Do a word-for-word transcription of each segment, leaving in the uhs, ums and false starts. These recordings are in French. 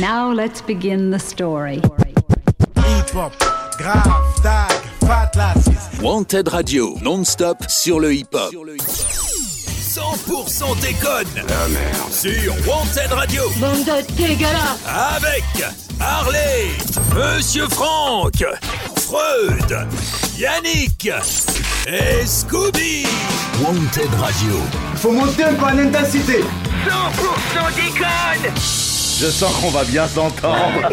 Now let's begin the story. Hip-hop, grave, tag, fat lasses. Wanted Radio, non-stop sur le hip-hop. cent pour cent déconne. Ah merde. Sur Wanted Radio. Bande de dégueulasse. Avec Harley, Monsieur Franck, Freud, Yannick et Scooby. Wanted Radio. Faut monter un peu en intensité. cent pour cent déconne. Je sens qu'on va bien s'entendre.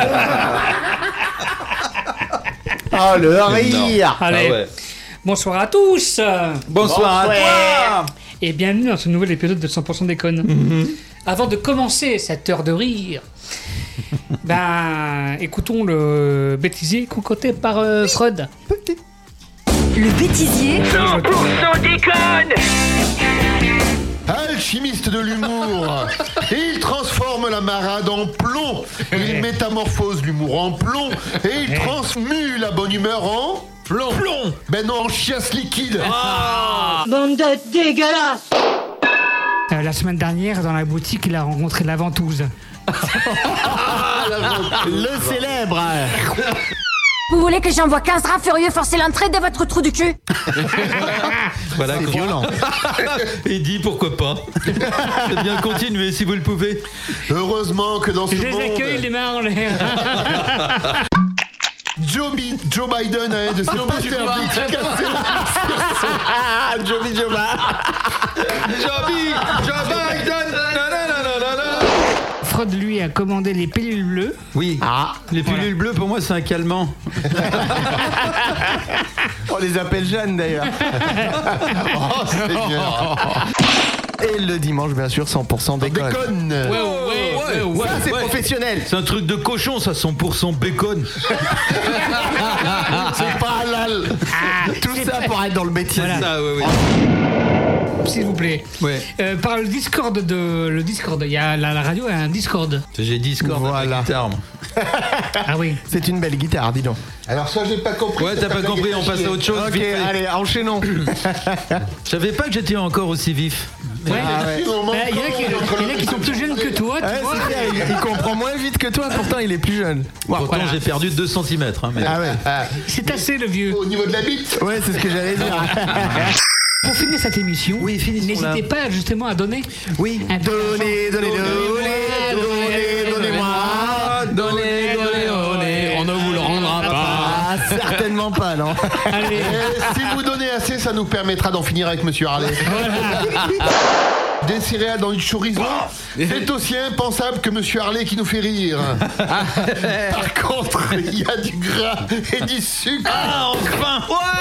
Oh, le rire. Allez, Ah ouais. bonsoir à tous. Bonsoir, à toi. Et bienvenue dans ce nouvel épisode de cent pour cent déconne. Mm-hmm. Avant de commencer cette heure de rire, ben, écoutons le bêtisier concocté par euh, Freud. Le bêtisier. cent pour cent déconne. Alchimiste de l'humour, il transforme la marade en plomb, il métamorphose l'humour en plomb, et il transmue la bonne humeur en... Plomb. Plomb. Ben non, en chiasse liquide. Ah. Bande de dégueulasse. Euh, la semaine dernière, dans la boutique, il a rencontré la ventouse. Le célèbre. Vous voulez que j'envoie quinze rats furieux forcer l'entrée de votre trou du cul? Voilà, C'est violent. Il dit pourquoi pas. C'est bien continuer si vous le pouvez. Heureusement que dans ce Je les monde... accueille, les mains en l'air. Joe, Bi- Joe Biden a un de ses posters dédicacés. Joby Joba. Joby, Joe Biden. Nananana. Freud, lui, a commandé les pilules bleues. Oui. Ah, Les pilules bleues, pour moi, c'est un calmant. on les appelle jeunes d'ailleurs. Oh, Seigneur. Et le dimanche, bien sûr, cent pour cent déconne. Déconne. Ouais, ouais, ouais, ouais. Ça, c'est professionnel. C'est un truc de cochon, ça, cent pour cent bacon. C'est pas halal. Tout ça pour être dans le bêtisier. Voilà. Ça, oui, oui. S'il vous plaît. Ouais. Euh, par le Discord de le Discord, il y a la, la radio a un Discord. J'ai Discord Voilà. avec la guitare, moi. Ah oui. C'est une belle guitare, dis donc. Alors ça, j'ai pas compris. Ouais, t'as pas compris, on passe à autre chose. Ok, vite fait. allez, enchaînons. Je savais pas que j'étais encore aussi vif. Ouais. Ah ouais. Il y en a qui, il y en a qui sont plus jeunes que toi, tu Ouais, vois. c'est clair, il, il comprend moins vite que toi, pourtant il est plus jeune. Pourtant, voilà. j'ai perdu deux centimètres. Hein, mais... Ah ouais. C'est assez le vieux. Au niveau de la bite. Ouais, c'est ce que j'allais dire. Pour finir cette émission, Oui, finissons-la. n'hésitez pas justement à donner. Oui. Un Donnez, donnez, donnez, donnez, donnez-moi. Donnez, donnez, donnez. On ne vous le rendra pas. Ah, certainement pas, non. Allez. Et si vous donnez assez, ça nous permettra d'en finir avec Monsieur Harley. Des céréales dans une chorizo, c'est aussi impensable que Monsieur Harley qui nous fait rire. Par contre, il y a du gras et du sucre. Ah, enfin.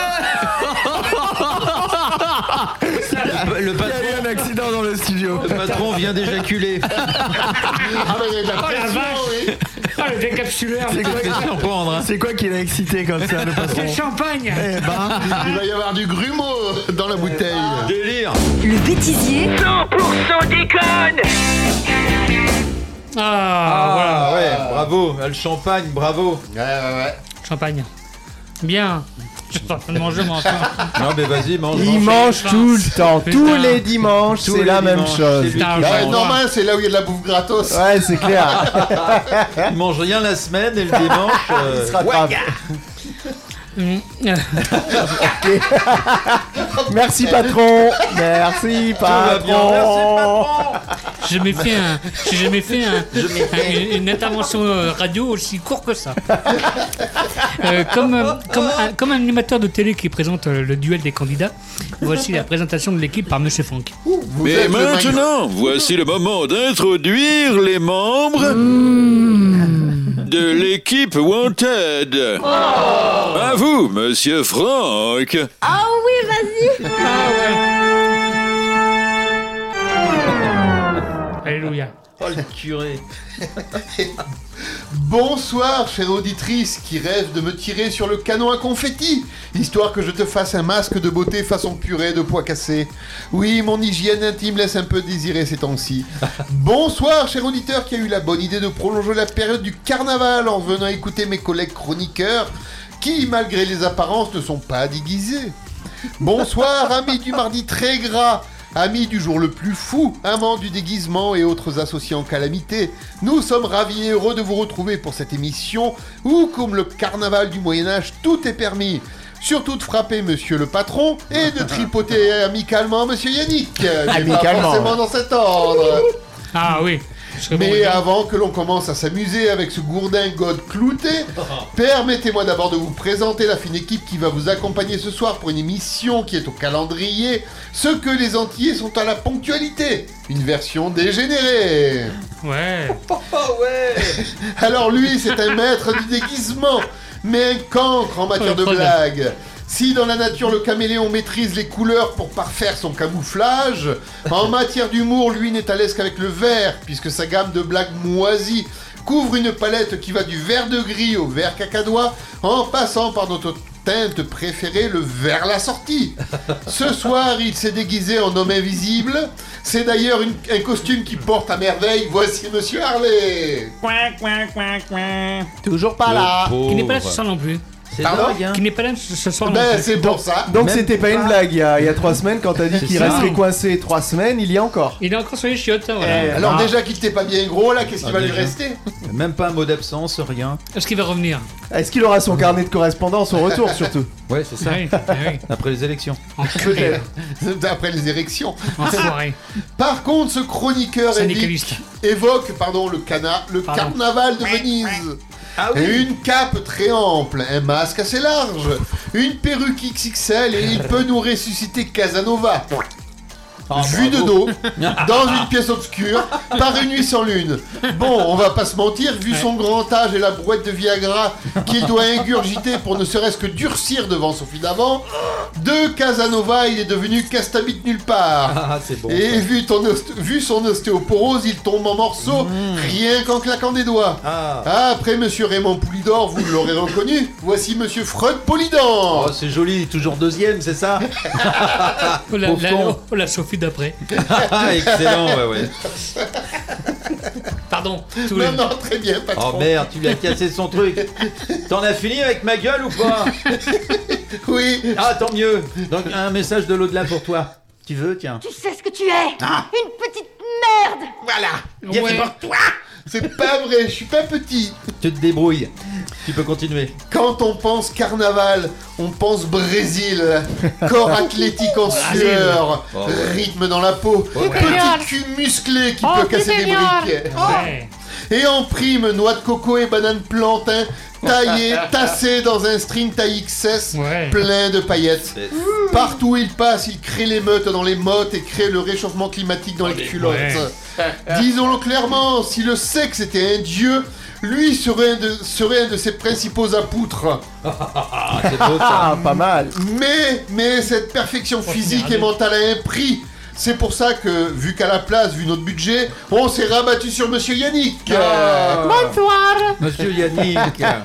Ouais. Le Il y a patron, eu un accident dans le studio. le patron vient d'éjaculer. Ah bah il y a de la Oh la pression, vache. oui. Ah, le décapsuleur. C'est quoi, Je vais surprendre. Hein. c'est quoi qui l'a excité comme ça, le patron? C'est le champagne. Eh ben, Il va y avoir du grumeau dans la bouteille. Délire. Le bêtisier. cent pour cent déconne. Ah, Ah ouais, bravo. Le champagne, bravo. Ouais, ouais, ouais. voilà. Champagne. Bien. Je suis en train de manger, moi. Enfin. Non mais vas-y, mange. il mange tout le temps, Putain. tous les dimanches, Tous c'est les la même dimanches, chose. c'est lui Putain, qui ouais, Ouais, mange. normal, c'est là où il y a de la bouffe gratos. Ouais, c'est clair. Il mange rien la semaine et le dimanche. euh, Il se rattrape. Mmh. Merci patron. Merci va bien. patron. J'ai jamais fait, un, j'ai jamais fait un, un- une intervention euh, radio aussi courte que ça. Euh, comme, euh, comme, un, comme un animateur de télé qui présente euh, le duel des candidats, voici la présentation de l'équipe par Monsieur Franck. Vous Mais êtes le maintenant, voici le moment d'introduire les membres de l'équipe Wanted. À vous, Monsieur Franck. Ah oui, vas-y. Ah ouais. Alléluia. Oh le curé. Bonsoir, chère auditrice qui rêve de me tirer sur le canon à confetti, histoire que je te fasse un masque de beauté façon purée de pois cassés. Oui, mon hygiène intime laisse un peu désirer ces temps-ci. Bonsoir, cher auditeur qui a eu la bonne idée de prolonger la période du carnaval en venant écouter mes collègues chroniqueurs qui, malgré les apparences, ne sont pas déguisés. Bonsoir, amis du mardi très gras. Amis du jour le plus fou, amants du déguisement et autres associés en calamité, nous sommes ravis et heureux de vous retrouver pour cette émission où, comme le carnaval du Moyen-Âge, tout est permis. Surtout de frapper monsieur le patron et de tripoter amicalement monsieur Yannick. Amicalement. Pas forcément dans cet ordre. Ah oui. Mais avant que l'on commence à s'amuser avec ce gourdin god clouté, permettez-moi d'abord de vous présenter la fine équipe qui va vous accompagner ce soir pour une émission qui est au calendrier, ce que les Antillais sont à la ponctualité, une version dégénérée. Ouais. ouais. Alors lui, c'est un maître du déguisement, mais un cancre en matière de blagues. Si dans la nature le caméléon maîtrise les couleurs pour parfaire son camouflage, en matière d'humour, lui n'est à l'aise qu'avec le vert, puisque sa gamme de blagues moisies couvre une palette qui va du vert de gris au vert cacadois, en passant par notre teinte préférée, le vert la sortie. Ce soir, il s'est déguisé en homme invisible. C'est d'ailleurs une- un costume qui porte à merveille. Voici Monsieur Harley. Toujours pas là. Qui n'est pas là ce soir non plus. C'est Pardon dingue, hein. Qui n'est pas là ce soir non Ben, plus. c'est pour ça. Donc Même c'était pas une pas- blague, il y, a, il y a trois semaines quand t'as dit C'est qu'il ça. resterait coincé trois semaines, il y a encore. Il est encore sur les chiottes, hein, voilà. Eh, Alors ah. déjà qu'il t'est pas bien gros, là, qu'est-ce qui Ah, va lui déjà. rester? Même pas un mot d'absence, rien. Est-ce qu'il va revenir? Est-ce qu'il aura son carnet de correspondance au retour surtout? Ouais, c'est ça. Oui, oui. Après les élections. Enculé. Après les érections. Enfoiré. Par contre, ce chroniqueur Syndicaliste. évique évoque pardon, le, cana, le Pardon. carnaval de Venise. Ah Une cape très ample, un masque assez large, une perruque X X L et il peut nous ressusciter Casanova. Vu de dos, dans une pièce obscure, par une nuit sans lune. Bon, on va pas se mentir, vu son grand âge et la brouette de Viagra qu'il doit ingurgiter pour ne serait-ce que durcir devant Sophie d'avant, de Casanova, il est devenu Castabite nulle part. Ah, c'est bon. Et ça. vu, ton ost- vu son ostéoporose, il tombe en morceaux, rien qu'en claquant des doigts. Ah. Ah, après Monsieur Raymond Poulidor, vous l'aurez reconnu, voici Monsieur Freud Polydor. Oh, c'est joli, toujours deuxième, c'est ça? Oh, la, Pauvre la- con. oh, la Sophie d'après. Ah, excellent, ouais, ouais. Pardon. tous Non, les- non, très bien, patron. Oh merde, tu lui as cassé son truc. T'en as fini avec ma gueule ou pas? Oui. Ah, tant mieux. Donc, un message de l'au-delà pour toi. Tu veux, tiens. Tu sais ce que tu es Ah. Une petite merde. Voilà. Bien Ouais. fait pour toi. C'est pas vrai, je suis pas petit. Tu te débrouilles. Tu peux continuer. Quand on pense carnaval, on pense Brésil. Corps athlétique en sueur, Oh. rythme dans la peau, petit cul musclé qui peut casser des briques. Ouais. Et en prime, noix de coco et banane plantain, taillées, tassées dans un string taille X S, Ouais. plein de paillettes. C'est- Partout où il passe, il crée l'émeute dans les mottes et crée le réchauffement climatique dans les culottes. Ouais. Disons-le clairement, si le sexe était un dieu, lui serait un de, serait un de ses principaux apôtres. Ah, c'est beau Ah, ça. pas mal. Mais, mais cette perfection physique merde. et mentale a un prix. C'est pour ça que, vu qu'à la place, vu notre budget, on s'est rabattu sur Monsieur Yannick. Ah. Bonsoir. Monsieur Yannick.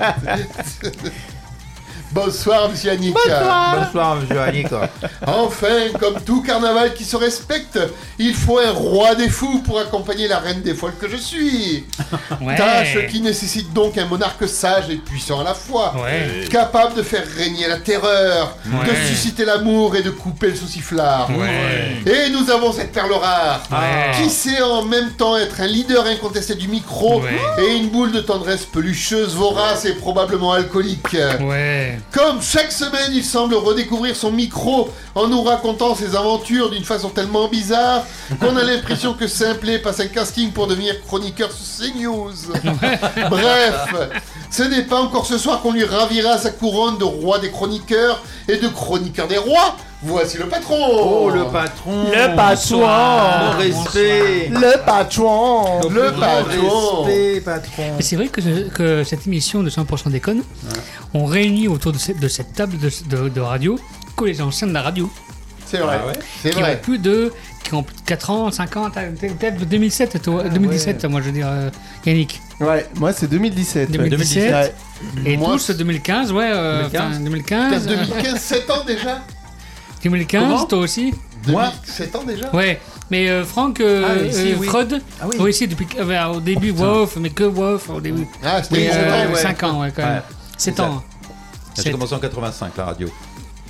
Bonsoir, Monsieur Yannick. Bonsoir, monsieur Yannick. Enfin, comme tout carnaval qui se respecte, il faut un roi des fous pour accompagner la reine des folles que je suis. Ouais. Tâche qui nécessite donc un monarque sage et puissant à la fois, Ouais. capable de faire régner la terreur, Ouais. de susciter l'amour et de couper le sauciflard. Ouais. Et nous avons cette perle rare, Ouais. qui sait en même temps être un leader incontesté du micro Ouais. et une boule de tendresse pelucheuse, vorace et probablement alcoolique. Ouais. Comme chaque semaine, il semble redécouvrir son micro en nous racontant ses aventures d'une façon tellement bizarre qu'on a l'impression que Simplet passe un casting pour devenir chroniqueur sur CNews. Bref, ce n'est pas encore ce soir qu'on lui ravira sa couronne de roi des chroniqueurs et de chroniqueur des rois. Voici le patron. Oh, le patron. Le patron. Mon respect. Le patron. Mon Le plus grand patron. respect, patron. Mais c'est vrai que, que cette émission de cent pour cent déconne, on réunit autour de cette, de cette table de, de- de radio que les anciens de la radio. C'est vrai, Ah ouais. c'est Qui ont vrai. plus de. qui ont plus de quatre ans, cinq ans, peut-être deux mille sept, toi, deux mille dix-sept, moi je veux dire, euh, Yannick. Ouais, moi c'est deux mille dix-sept. deux mille dix-sept. Ouais. Et Moi, tous deux mille quinze, ouais, euh, deux mille quinze. enfin, deux mille Peut-être quinze. deux mille quinze, sept ans déjà. deux mille quinze, Comment toi aussi. Moi sept ans déjà. Ouais, mais euh, Franck, euh, Ah, ici, euh, oui. Freud, Ah oui. aussi depuis euh, ben, au début, Wof, mais que Wof au début. Ah, c'était Mais il y a sept euh, ans, ouais. cinq ans, ouais, quand même. Ouais. sept C'est ans. J'ai commencé en quatre-vingt-cinq, la radio.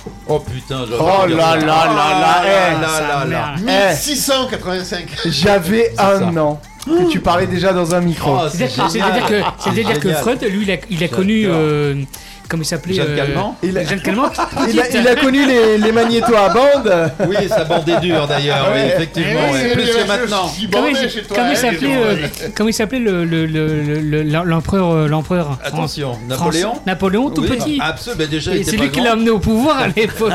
Oh putain, j'aurais Oh dû dire là ça. là là là, eh. là là là. Eh. mille six cent quatre-vingt-cinq. J'avais un an. Et tu parlais déjà dans un micro. Oh, c'est C'est-à-dire génial. que, c'est-à-dire que Génial. Freud, lui, il a, il a connu. euh, comment il s'appelait Jeanne euh, Calment Il a- Jeanne Calment. Il a, il a connu les, les magnétos à bande. Oui, sa bande est dure d'ailleurs, oui, Ouais. effectivement, Eh oui, ouais, c'est plus bien que la maintenant. chose qui Comment bandait il, chez toi, comment il hein, s'appelait dis euh, donc. comment il s'appelait le, le, le, le- le- l'empereur euh, l'empereur Attention, Fran- Napoléon France- Napoléon tout Oui, petit. absolument, déjà, il Et était c'est pas lui qui grand. l'a emmené au pouvoir à l'époque.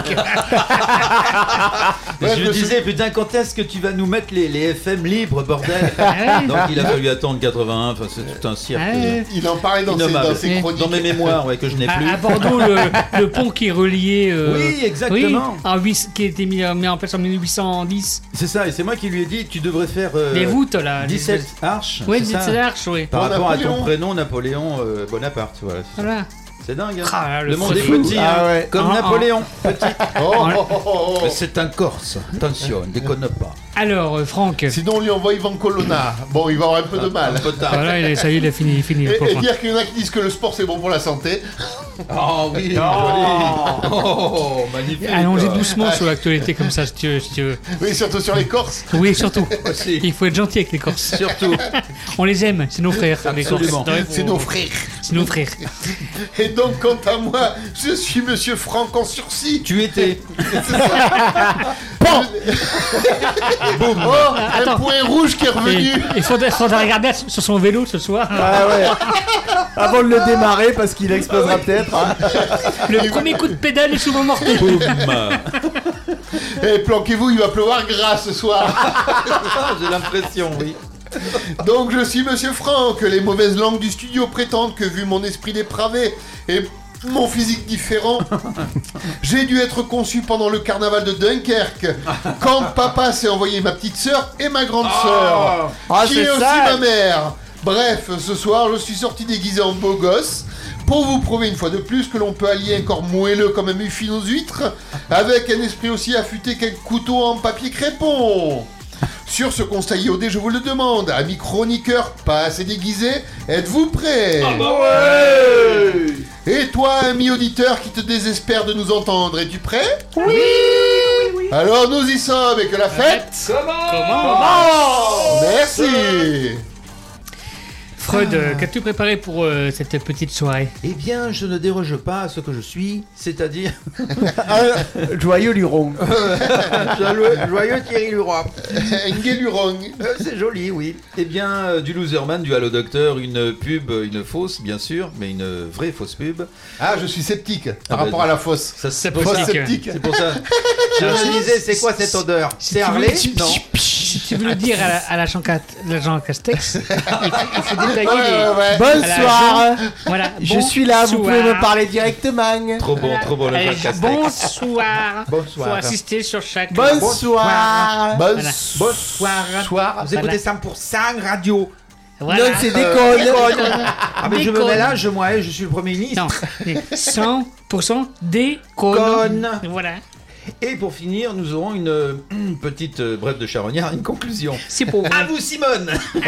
Mais Ouais, je je lui me disais, putain, quand est-ce que tu vas nous mettre les, les F M libres, bordel? Ouais. Donc il a fallu attendre quatre-vingt-un, enfin c'est tout un cirque. Ouais. Il en parlait dans ses, Innommable. dans ses chroniques. Dans mes mémoires, ouais, que je n'ai plus. À, à Bordeaux, le, le pont qui est relié. euh, Oui, exactement. oui, en huit- qui a été mis, mis en place en mille huit cent dix. C'est ça, et c'est moi qui lui ai dit, tu devrais faire euh, Les voûtes là. les- dix-sept arches. Oui, c'est ça dix-sept arches, oui. Par Bon, rapport à Napoléon. ton prénom, Napoléon euh, Bonaparte. Voilà. Voilà. C'est dingue. Hein. Ah, le, le monde est fou. petit, Ah hein, ouais. comme Ah, Napoléon. Petit. Oh, oh, oh, oh, oh. Mais c'est un Corse. Attention, ne déconne pas. Alors, euh, Franck. Sinon, on lui envoie Ivan Colonna. Bon, il va avoir un peu de mal. Un peu tard. Voilà, il est- ça y est, il a fini. fini le Et, et pauvre. dire qu'il y en a qui disent que le sport c'est bon pour la santé. Oh oui, joli. Oh, magnifique. Allongez doucement sur l'actualité comme ça, si tu veux. Si tu veux. Oui, surtout sur les Corses. Oui, surtout. Aussi. Il faut être gentil avec les Corses. Surtout. On les aime, c'est nos frères. Les Corses. Absolument. Ouais, C'est faut- nos frères. C'est nos frères. Et donc, quant à moi, je suis Monsieur Franck en sursis. Tu étais. Boum. Oh, un Attends. point rouge qui est Et revenu. il faudrait, faudrait regarder sur son vélo ce soir. Ah ouais. Avant de le démarrer parce qu'il explosera peut-être. hein. Le premier coup de pédale est souvent mortel. Boum. Et planquez-vous, il va pleuvoir gras ce soir. Ah, j'ai l'impression, oui. Donc je suis Monsieur Franck. Les mauvaises langues du studio prétendent que vu mon esprit dépravé et mon physique différent, j'ai dû être conçu pendant le carnaval de Dunkerque, quand papa s'est envoyé ma petite sœur et ma grande sœur, Ah, qui c'est est aussi ça. ma mère. Bref, ce soir, je suis sorti déguisé en beau gosse pour vous prouver une fois de plus que l'on peut allier un corps moelleux comme un muffin aux huîtres avec un esprit aussi affûté qu'un couteau en papier crépon. Sur ce constat iodé, je vous le demande, amis chroniqueurs pas assez déguisés, êtes-vous prêts? Et toi, ami auditeur qui te désespère de nous entendre, es-tu prêt? Oui, Alors nous y sommes et que la fête Comment Merci. Freud, euh, qu'as-tu préparé pour euh, cette petite soirée? Eh bien, je ne déroge pas à ce que je suis, c'est-à-dire. Un joyeux luron. joyeux, joyeux Thierry Leroy. Nguelurong. Euh, C'est joli, oui. Eh bien, euh, du Loserman, du Halo Docteur, une pub, une fausse, bien sûr, mais une vraie fausse pub. Ah, je suis sceptique par Ah, rapport bah, à la fosse. Ça, c'est Fausse Sceptique. sceptique. C'est pour ça. Je me disais, c'est quoi cette odeur? Si C'est tu veux- Harley? si- Non. Si tu veux le dire à la, à la, Jean, Cat- la Jean Castex, il faut, il faut détailler Ouais, les... ouais, ouais. Bonsoir. Voilà, Je suis là, vous pouvez me bonsoir. parler directement. Trop bon, trop bon le Allez, Jacques Castex. bonsoir. Bonsoir. Faut assister sur chaque... Bonsoir. Bonne Voilà. Bonsoir. soir. Vous écoutez cent pour cent radio. Voilà. Non, c'est déconne. Ah, mais je me Déconne. mets là, je, moi, je suis le Premier ministre. Non, cent pour cent des Conne. connes. Voilà. Et pour finir, nous aurons une, euh, une petite euh, brève de charognard, une conclusion. C'est pour À vous. vous, Simone.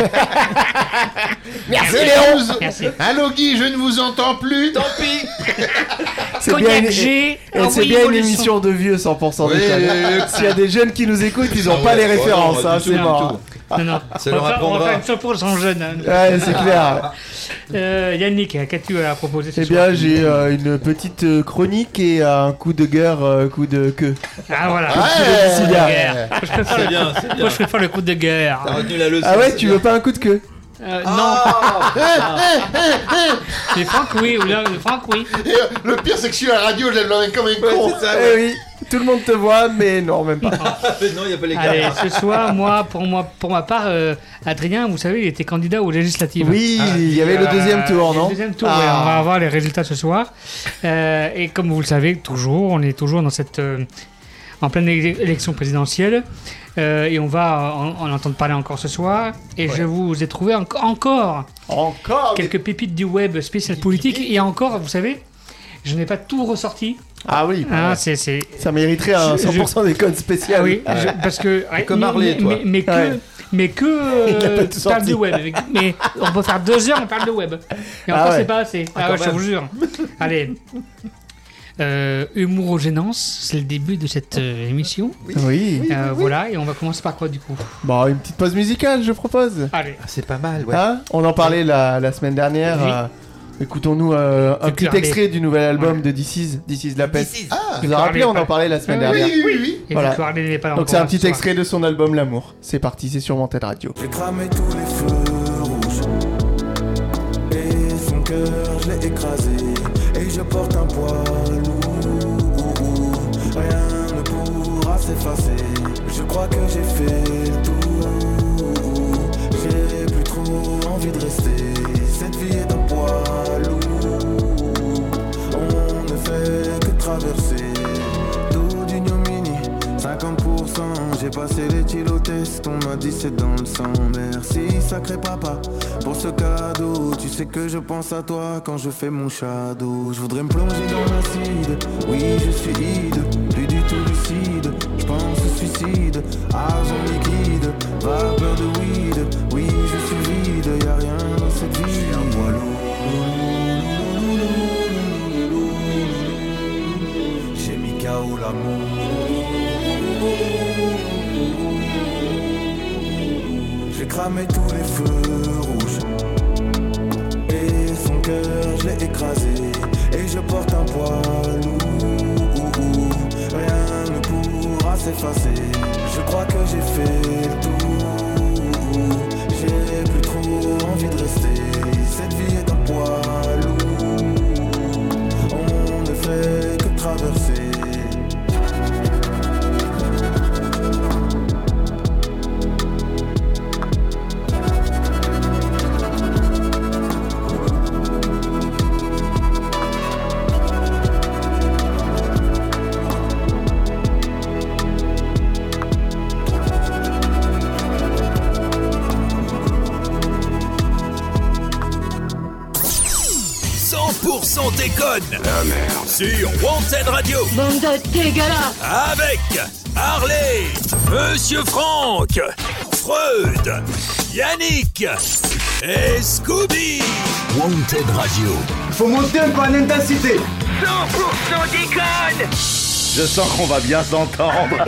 Merci Léon. Merci. Allô Guy, je ne vous entends plus. Tant pis. C'est Cognac bien, une... G. et c'est envoyez bien vos une leçons. émission de vieux cent pour cent Oui, déconne. oui, oui. S'il y a des jeunes qui nous écoutent, ils n'ont Ah pas ouais, les ouais, références, non, hein, du c'est tout, du mort. tout. Non, non. Ça on, leur va faire, on va apprendra. faire une cent pour cent jeune. hein. Ouais, c'est clair. Euh, Yannick, qu'as-tu à proposer ce Eh soir? bien, j'ai euh, une petite euh, chronique et un coup de gueure, euh, coup de queue. Ah voilà. Ouais. Coup de guerre. Je préfère C'est le- bien, c'est bien. Moi, je préfère le coup de guerre. T'as retenu la leçon. Ah ouais, c'est tu bien. veux pas un coup de queue? Euh, Ah. non. Mais Franck, oui. Ou là, Franck, oui. Et, euh, le pire c'est que je suis à la radio, je l'aime comme un con. Ouais, c'est ça, Eh ouais. oui, tout le monde te voit, mais non, même pas. Mais non, il n'y a pas les Allez, gars. ce soir, moi, pour moi, pour ma part, euh, Adrien, vous savez, il était candidat aux législatives. Oui, il y avait le deuxième Euh, tour, il y a non? Le deuxième tour, Ah. ouais, on va avoir les résultats ce soir. Euh, et comme vous le savez, toujours, on est toujours dans cette, euh, en pleine é- élection présidentielle. Euh, et on va en, en entendre parler encore ce soir. Et je vous ai trouvé en- encore Encore des- quelques pépites du web spécial politique. Et encore, vous savez, je n'ai pas tout ressorti. Ah oui, Hein, c'est, c'est... ça mériterait un Je- cent pour cent des codes spéciaux. Ah oui, je- parce que... ouais, comme mais- Harley, mais, toi. Mais, mais que... Ouais. Mais que Il a euh, pas tout parle sorti. de web. Mais on peut faire deux heures, on parle de web. Et Ah encore, ouais. c'est pas assez. Ah, quand ouais, je même. vous jure. Allez. Euh, humour aux gênances, c'est le début de cette euh, émission. Oui. Euh, voilà, et on va commencer par quoi du coup? Bon, une petite pause musicale, je propose. Allez. Ah, c'est pas mal, ouais. Hein, on en parlait la, la semaine dernière. Oui. euh, écoutons-nous euh, un C'est petit clair, extrait les- du nouvel album Ouais. de This Is, This Is La Peste. This Is. Ah, Vous vous rappelez, on en parlait la semaine Ah, oui, dernière. oui, oui, oui. Et Voilà. Victoire Allais n'est pas là Donc encore c'est un ce petit soir. extrait de son album L'amour. C'est parti, c'est sur Wanted Radio. J'ai cramé tous les feux rouges et son cœur je l'ai écrasé et je porte un poids lourd. Rien ne pourra s'effacer. Je crois que j'ai fait le tour. J'ai plus trop envie de rester. Cette vie est un poids lourd. On ne fait que traverser. Dos d'ignominie, cinquante pour cent. J'ai passé les tests, on m'a dit c'est dans le sang. Merci sacré papa pour ce cadeau. Tu sais que je pense à toi quand je fais mon shadow. Je voudrais me plonger dans l'acide. Oui je suis hide, plus du tout lucide. Je pense au suicide, argent liquide, vapeur de weed. Oui je suis vide, y'a rien dans cette vie. Je suis un poids lourd. J'ai mis K O l'amour. J'ai cramé tous les feux rouges et son cœur je l'ai écrasé et je porte un poids lourd. Rien ne pourra s'effacer. Je crois que j'ai fait le tour. J'ai plus trop envie de rester. Cette vie est un poids lourd. On ne fait que traverser. cent pour cent déconne. Ah merde. Sur Wanted Radio. Bande de dégueulasse. Avec Harley, Monsieur Franck, Freud, Yannick et Scooby. Wanted Radio. Faut monter un peu en intensité. cent pour cent déconne. Je sens qu'on va bien s'entendre.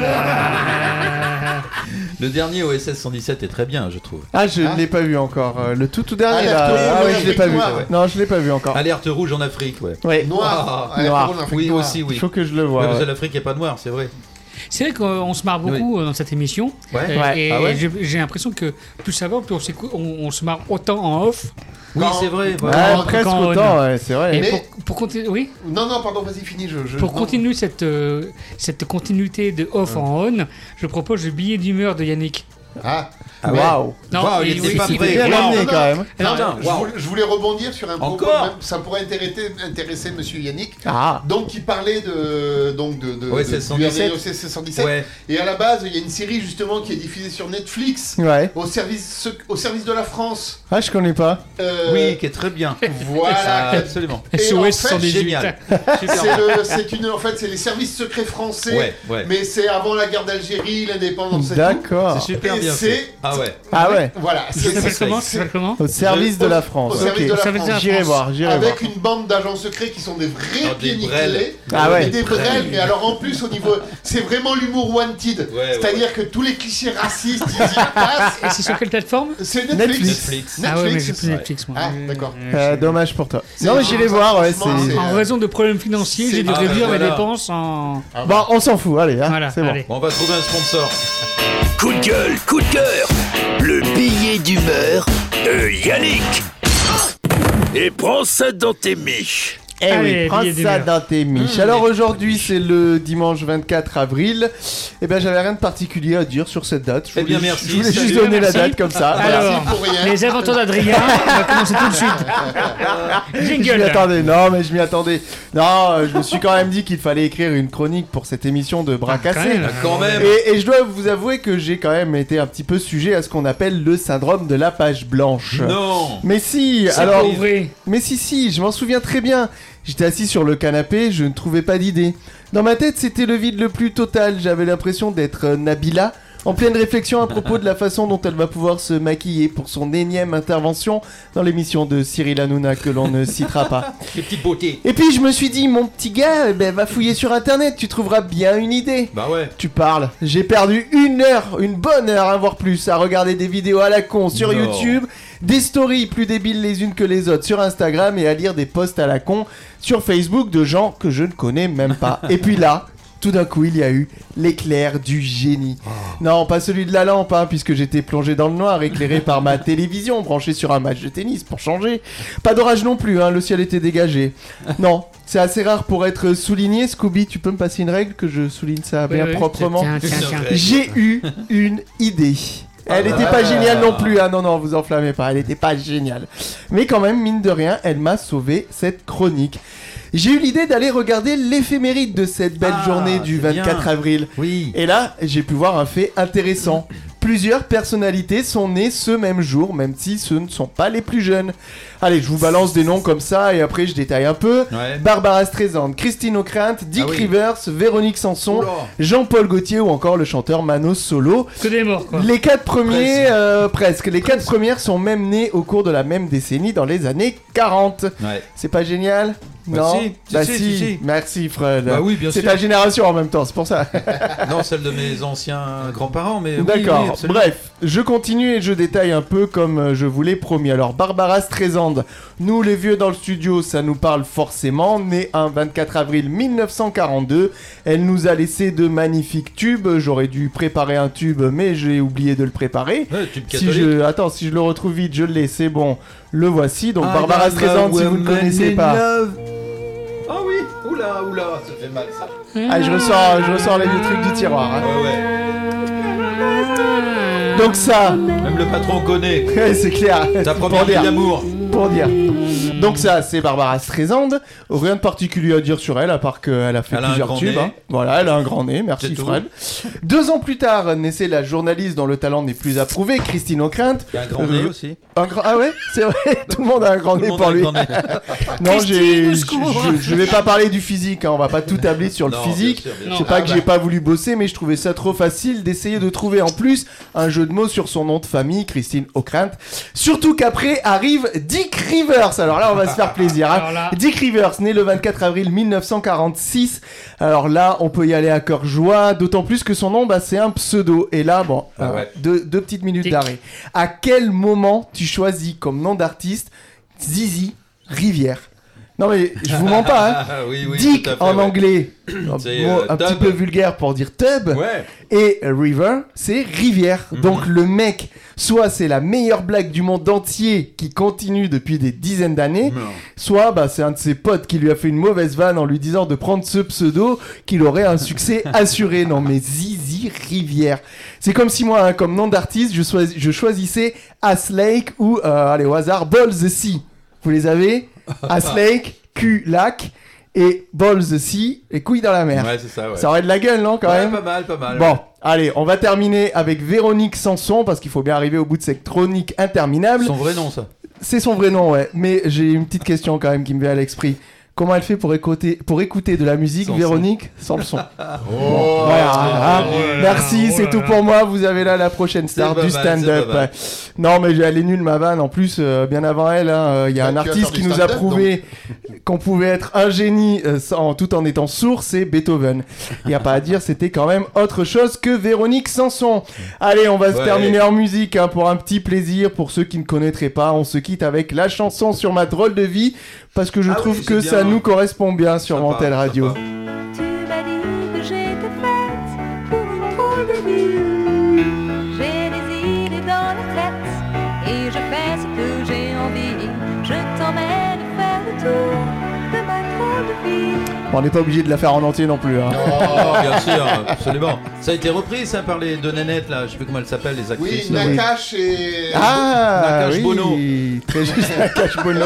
Le dernier O S S cent dix-sept est très bien, je trouve. Ah, je Ah. ne l'ai pas vu encore. Euh, Le tout tout dernier Alerte là. rouge, Ah oui, je l'ai Afrique pas vu. noire. Non, je l'ai pas vu encore. Alerte rouge en Afrique, ouais. Ouais. Noir. Ah, Noir. noir. Oui, aussi, oui. Il faut que je le Ouais, voie. parce que ouais. l'Afrique n'est pas noire, c'est vrai. C'est vrai qu'on se marre beaucoup euh, dans cette émission. Ouais. Euh, Ouais. Et Ah ouais j'ai j'ai l'impression que plus ça va, plus on, s'écoute- on, on se marre autant en off. Oui, Quand- c'est vrai. Ouais, voilà. Quand- presque quand on- autant, ouais, c'est vrai. Et Mais- pour, pour continuer, oui, Non, non, pardon, vas-y, finis. Je, je- pour non. continuer cette, euh, cette continuité de off en on, je propose le billet d'humeur de Yannick. Ah, Ah, mais- waouh. Non, Waouh, il et était oui, pas c'est- prêt. Bien Waouh. amené non, quand même. Non, Putain, je, waouh. voulais, je voulais rebondir sur un propos, Encore même, ça pourrait intéresser, intéresser Monsieur Yannick. Ah. Donc, il parlait de donc de, de, O S S de- cent du dix-sept. O S S cent dix-sept. Ouais. Et à la base, il y a une série justement qui est diffusée sur Netflix Ouais. au service au service de la France. Ah, je connais pas. Euh, Oui, qui est très bien. Voilà. Ah, absolument. Et S O S en fait, cent dix-huit. génial. C'est le- c'est une en fait c'est les services secrets français. Ouais, ouais. Mais c'est avant la guerre d'Algérie, l'indépendance et tout. D'accord. C'est super Et bien c'est- fait. Ah ouais. Ah ouais. Voilà. Ça c'est- s'appelle c'est- comment Ça c'est- s'appelle comment Au service de la France. Au service Ok. de la Service de la France. J'irai voir, j'irai voir. Avec une bande d'agents secrets qui sont des vrais Ah, des pieds brels. nickelés. Ah ouais. Et des brels, mais alors en plus au niveau. C'est vraiment l'humour wanted. Ouais, C'est-à-dire que tous les clichés racistes, ils y passent. Et c'est sur quelle plateforme C'est Netflix. Netflix. Netflix. Ah ouais, mais j'ai Netflix. plus Netflix moi. Ah, Euh, d'accord. euh, Euh, j'ai- dommage pour toi. C'est- Non, mais j'irai voir, ouais, franchement, c'est. c'est- En raison de problèmes financiers, j'ai dû Ah, réduire bah, mes voilà. dépenses en. Ah, Bon, on s'en fout, allez, hein. Voilà, c'est bon. allez. Bon, on va trouver un sponsor. Coup de gueule, coup de cœur. Le billet d'humeur de Yannick. Et prends ça dans tes miches. Eh Allez, oui, prends billet ça d'humeur. dans tes miches. Alors aujourd'hui, c'est le dimanche vingt-quatre avril. Et ben, j'avais rien de particulier à dire sur cette date. Je Eh voulais, bien, merci. Je voulais juste Salut. donner la Merci. date comme ça. Voilà. Alors, pour rien. les aventures d'Adrien, on va commencer tout de suite. Je m'y Jingle. attendais, non mais je m'y attendais. Non, euh, je me suis quand même dit qu'il fallait écrire une chronique pour cette émission de bras quand cassés. même. Ah, quand même. Et, et je dois vous avouer que j'ai quand même été un petit peu sujet à ce qu'on appelle le syndrome de la page blanche. Non. Mais si, C'est alors, pas vrai. mais si si, je m'en souviens très bien. J'étais assis sur le canapé, je ne trouvais pas d'idée. Dans ma tête, c'était le vide le plus total. J'avais l'impression d'être euh, Nabila En pleine réflexion à propos de la façon dont elle va pouvoir se maquiller pour son énième intervention dans l'émission de Cyril Hanouna que l'on ne citera pas. Les petites beautés. Et puis je me suis dit, mon petit gars, eh ben, va fouiller sur internet, tu trouveras bien une idée. Bah ouais. Tu parles. J'ai perdu une heure, une bonne heure, hein, voire plus, à regarder des vidéos à la con sur Non. YouTube, des stories plus débiles les unes que les autres sur Instagram et à lire des posts à la con sur Facebook de gens que je ne connais même pas. Et puis là, tout d'un coup, il y a eu l'éclair du génie. Oh. Non, pas celui de la lampe, hein, puisque j'étais plongé dans le noir, éclairé par ma télévision, branché sur un match de tennis, pour changer. Pas d'orage non plus, hein, le ciel était dégagé. Non, c'est assez rare pour être souligné. Scooby, tu peux me passer une règle que je souligne ça bien oui, proprement. Tiens, tiens, tiens. J'ai eu une idée. Elle n'était pas géniale non plus, hein. Non, non, vous enflammez pas, elle n'était pas géniale. Mais quand même, mine de rien, elle m'a sauvé cette chronique. J'ai eu l'idée d'aller regarder l'éphéméride de cette belle ah, journée du vingt-quatre avril. Oui. Et là, j'ai pu voir un fait intéressant. Plusieurs personnalités sont nées ce même jour, même si ce ne sont pas les plus jeunes. Allez, je vous balance des noms comme ça et après je détaille un peu. Ouais. Barbara Streisand, Christine O'Krent, Dick ah oui. Rivers, Véronique Sanson, Oula. Jean-Paul Gaultier ou encore le chanteur Mano Solo. Que des morts, quoi. Les quatre premiers, presque. Euh, presque. Les quatre premières sont même nées au cours de la même décennie dans les années quarante. Ouais. C'est pas génial ? Bah non, si, bah si, si. si, si. Merci Fred. Bah oui, bien c'est sûr. ta génération en même temps, c'est pour ça. Non, celle de mes anciens grands-parents, mais d'accord. Oui, oui, bref, je continue et je détaille un peu comme je vous l'ai promis. Alors Barbara Streisand, nous les vieux dans le studio, ça nous parle forcément. Née un vingt-quatre avril mille neuf cent quarante-deux, elle nous a laissé de magnifiques tubes. J'aurais dû préparer un tube, mais j'ai oublié de le préparer. Ouais, tube si je, attends, si je le retrouve vite, je l'ai. C'est bon, le voici. Donc ah, Barbara Streisand, si vous ne connaissez pas. Ah oui, oula, oula, ça fait mal ça. Ah, je ressors, je ressors les vieux trucs du tiroir. Hein. Ouais, ouais. Donc ça. Même le patron connaît. Ouais, c'est clair. Ta première vie d'amour. Pour dire. Donc ça, c'est Barbara Streisand. Rien de particulier à dire sur elle, à part qu'elle a fait elle plusieurs a tubes. Hein. Voilà, elle a un grand nez. Merci Fred. Deux ans plus tard, naissait la journaliste dont le talent n'est plus approuvé, Christine O'Krent. Il y a un grand nez aussi. Un grand... Ah ouais, c'est vrai. Tout le monde a un grand nez pour lui. Non, j'ai. Je, je, je vais pas parler du physique. Hein. On va pas tout tabler sur le non, physique. Bien sûr, bien sûr. C'est pas ah, que bah. j'ai pas voulu bosser, mais je trouvais ça trop facile d'essayer de trouver en plus un jeu de mots sur son nom de famille, Christine O'Krent. Surtout qu'après arrive Dick Rivers. Alors là, on va se faire plaisir. Hein. Là... Dick Rivers, né le vingt-quatre avril mille neuf cent quarante-six. Alors là, on peut y aller à cœur joie, d'autant plus que son nom, bah, c'est un pseudo. Et là, bon, ah euh, ouais. deux, deux petites minutes Dick. d'arrêt. À quel moment tu choisis comme nom d'artiste Zizi Rivière? Non mais je vous mens pas, hein. oui, oui, Dick fait, en ouais. anglais, un, euh, un petit peu vulgaire pour dire tub, ouais. et river, c'est rivière. Mm-hmm. Donc le mec, soit c'est la meilleure blague du monde entier qui continue depuis des dizaines d'années, mm-hmm. soit bah, c'est un de ses potes qui lui a fait une mauvaise vanne en lui disant de prendre ce pseudo, qu'il aurait un succès assuré. Non mais Zizi Rivière. C'est comme si moi, hein, comme nom d'artiste, je, choisis, je choisissais Ass Lake ou, euh, allez au hasard, Balls the Sea. Vous les avez? Ass Lake, Q lac et Balls the Sea, les couilles dans la mer. Ouais, c'est ça, ouais. Ça aurait de la gueule, non, quand ouais, même? Pas mal, pas mal. Bon, ouais. allez, on va terminer avec Véronique Sanson, parce qu'il faut bien arriver au bout de cette chronique interminable. Son vrai nom, ça. C'est son vrai nom, ouais. Mais j'ai une petite question, quand même, qui me vient à l'esprit. Comment elle fait pour écouter, pour écouter de la musique, sans Véronique, son. sans le son? Oh, voilà, hein. oh, Merci, oh, c'est tout pour moi. Vous avez là la prochaine star du stand-up. Non, mais elle est nulle, ma vanne. En plus, euh, bien avant elle, il hein, y a bah, un artiste qui nous a prouvé qu'on pouvait être un génie euh, sans, tout en étant sourd, c'est Beethoven. Il n'y a pas à dire, c'était quand même autre chose que Véronique Sanson. Allez, on va ouais. se terminer en musique hein, pour un petit plaisir. Pour ceux qui ne connaîtraient pas, on se quitte avec la chanson Sur ma drôle de vie. Parce que je ah trouve oui, que bien. ça nous correspond bien sur sympa, Mantel Radio. Sympa. Tu m'as dit que j'étais faite pour une drôle de vie. J'ai des idées dans la tête et je fais ce que j'ai envie. Je t'emmène faire le tour de ma drôle de vie. Bon, on n'est pas obligé de la faire en entier non plus. Hein. Oh, bien sûr, absolument. Ça a été repris, ça, par les deux nénettes, là. Je sais plus comment elles s'appellent, les actrices. Oui, Nakash et... Ah, Nakash oui. Bono. Très juste, Nakash Bono.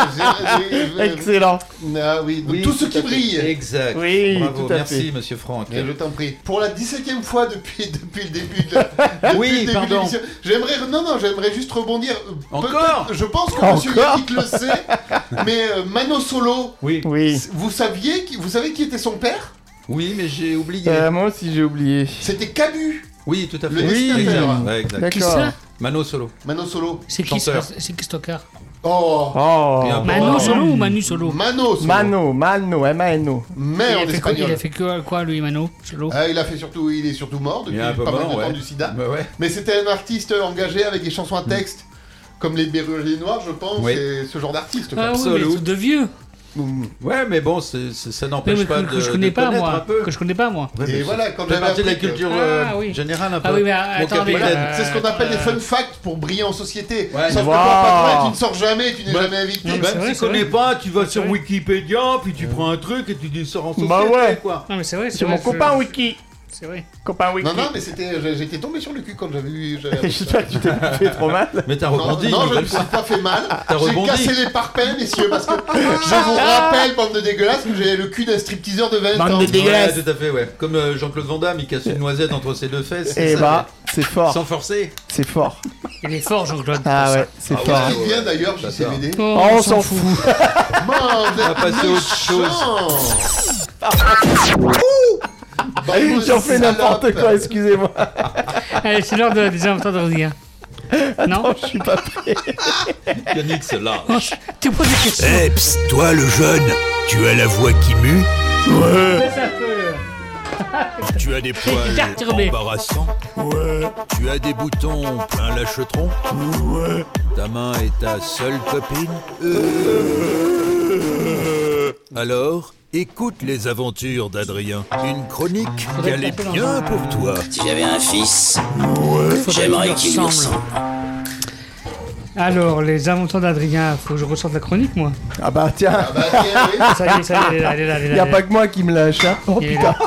euh, Excellent. Ah oui, oui, tout ce qui brille. Exact. Oui, bravo, tout à merci, fait. monsieur Franck. Et je t'en prie. Pour la dix-septième fois depuis, depuis le début de, depuis oui, le début pardon. de l'émission, j'aimerais, non, non, j'aimerais juste rebondir. Encore Je pense que monsieur Yannick le sait, mais euh, Mano Solo, oui. oui. Vous saviez, vous savez qui était son père? Oui, mais j'ai oublié. Euh, moi aussi, j'ai oublié. C'était Cabu. Oui, tout à fait. Le dessinateur. Ouais, exact. D'accord. Qui ça? Mano Solo. Mano Solo. C'est qui ce Chanteur. c'est qui ce tocard? Oh. Oh. Et un Mano bon- Solo ou Manu Solo? Mano Solo. Mano, Mano, M-A-N-O. Mais il en a, fait quoi, il espagnol. a fait quoi, quoi lui, Mano Solo? Ah, il a fait surtout, il est surtout mort Il depuis est un peu pas mal mort, de temps ouais. du sida. Bah ouais. Mais c'était un artiste engagé avec des chansons à texte, comme les Berruriers Noirs, je pense, Oui. et ce genre d'artiste. Ah quoi. oui, mais Absolu. c'est de vieux. Ouais, mais bon, c'est- c'est- ça Oui, n'empêche mais pas que, de, que je de connais pas connaître un moi. peu. Que je connais pas moi. Ouais, mais Et c'est- voilà, quand ça fait j'avais partie de la appris que- culture Ah, euh, oui. générale un peu. Ah oui, mais Mon attendez, capitaine. euh, C'est ce qu'on appelle euh, des fun facts pour briller en société. Ouais. Sauf que Wow. quand patron, tu ne sors jamais, tu n'es Bah, jamais invité. non, mais c'est Même vrai, si c'est tu connais vrai. pas, tu vas C'est sur vrai. Wikipédia, puis tu prends un truc et tu dis sors en société, Bah ouais. quoi. Non mais c'est vrai, c'est C'est vrai. mon copain je- Wiki. C'est vrai. Copain Wiki. Non, non, mais c'était, j'ai- j'étais tombé sur le cul quand j'avais vu. j'avais appris ça. J'espère que tu t'es pas fait trop mal. Mais t'as Non, rebondi non, une je ne nouvelle me fois. suis pas fait mal. T'as J'ai rebondi. cassé les parpaings, messieurs, parce que je vous rappelle, bande de dégueulasses, que j'ai le cul d'un stripteaseur de vingt Bande ans. de dégueulasses. Ouais, tout à fait, ouais. Comme euh, Jean-Claude Van Damme, il casse une noisette entre ses deux fesses. c'est Eh ça, bah, c'est ouais. fort. Sans forcer. C'est fort. Il est fort Jean-Claude. Ah ouais, c'est Ah fort. ouais. Il vient d'ailleurs, J C V D. Oh, Oh, on s'en fout. Man, vous On va êtes passer à autre chose. méchants. Bande de J'en fais n'importe salopes. quoi, excusez-moi. Allez, c'est l'heure de- des inventeurs de rien. Non. Non, je suis pas prêt. Yannick, c'est là. Oh, tu poses des questions. Eh, psst, toi le jeune, tu as la voix qui mue, Fais ça un peu. tu as des poils perturbé. embarrassants, ouais. Tu as des boutons plein lâchetron, ouais. Ta main est ta seule copine. Euh. Alors, écoute les aventures d'Adrien, une chronique qui allait bien pour toi. Si j'avais un fils, Faudrait j'aimerais qu'il qu'il lui ressemble. ressemble. Alors, les inventeurs d'Adrien, faut que je ressorte la chronique, moi. Ah bah tiens, Ah bah tiens, oui. Ça y est, ça y est, elle est là, elle est là, elle est là. y a elle est pas là. que moi qui me lâche. Hein. Oh Il est putain.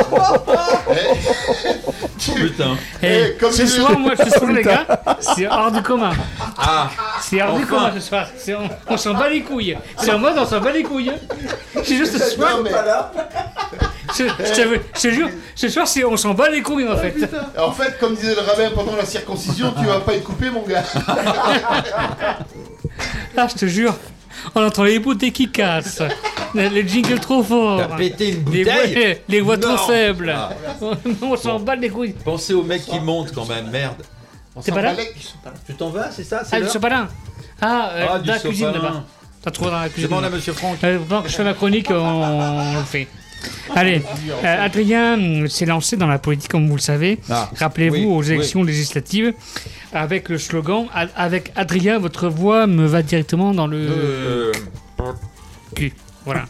Putain. Eh, Eh, comme ce il- soir, moi, ce soir, les gars, c'est hors du commun. Ah, C'est hors du Enfin. commun ce soir. C'est- On, on s'en bat les couilles. C'est en mode, on s'en bat les couilles. C'est juste ce soir. Non, mais- Je, je te, je te jure, ce soir, c'est on s'en bat les couilles en fait. En fait, comme disait le rabbin pendant la circoncision, tu vas pas être coupé, mon gars. Ah, je te jure, on entend les bouteilles qui cassent, les, les jingles trop forts, t'as pété une les bouteille. voix, les voix trop Non. faibles. Ah. On s'en bat les couilles. Pensez au mec qui monte quand même, merde. T'es pas là? Tu t'en vas, c'est ça? Ah, du sopalin. Ah, euh, Ah, dans du la cuisine sopalin. là-bas. T'as trouvé dans la Je cuisine. demande à là. Monsieur Franck. Euh, pendant que je fais ma chronique, on, on le fait. Allez, euh, Adrien euh, s'est lancé dans la politique, comme vous le savez. Ah, Rappelez-vous oui, aux élections législatives, avec le slogan A- avec Adrien, votre voix me va directement dans le Euh, cul. Voilà.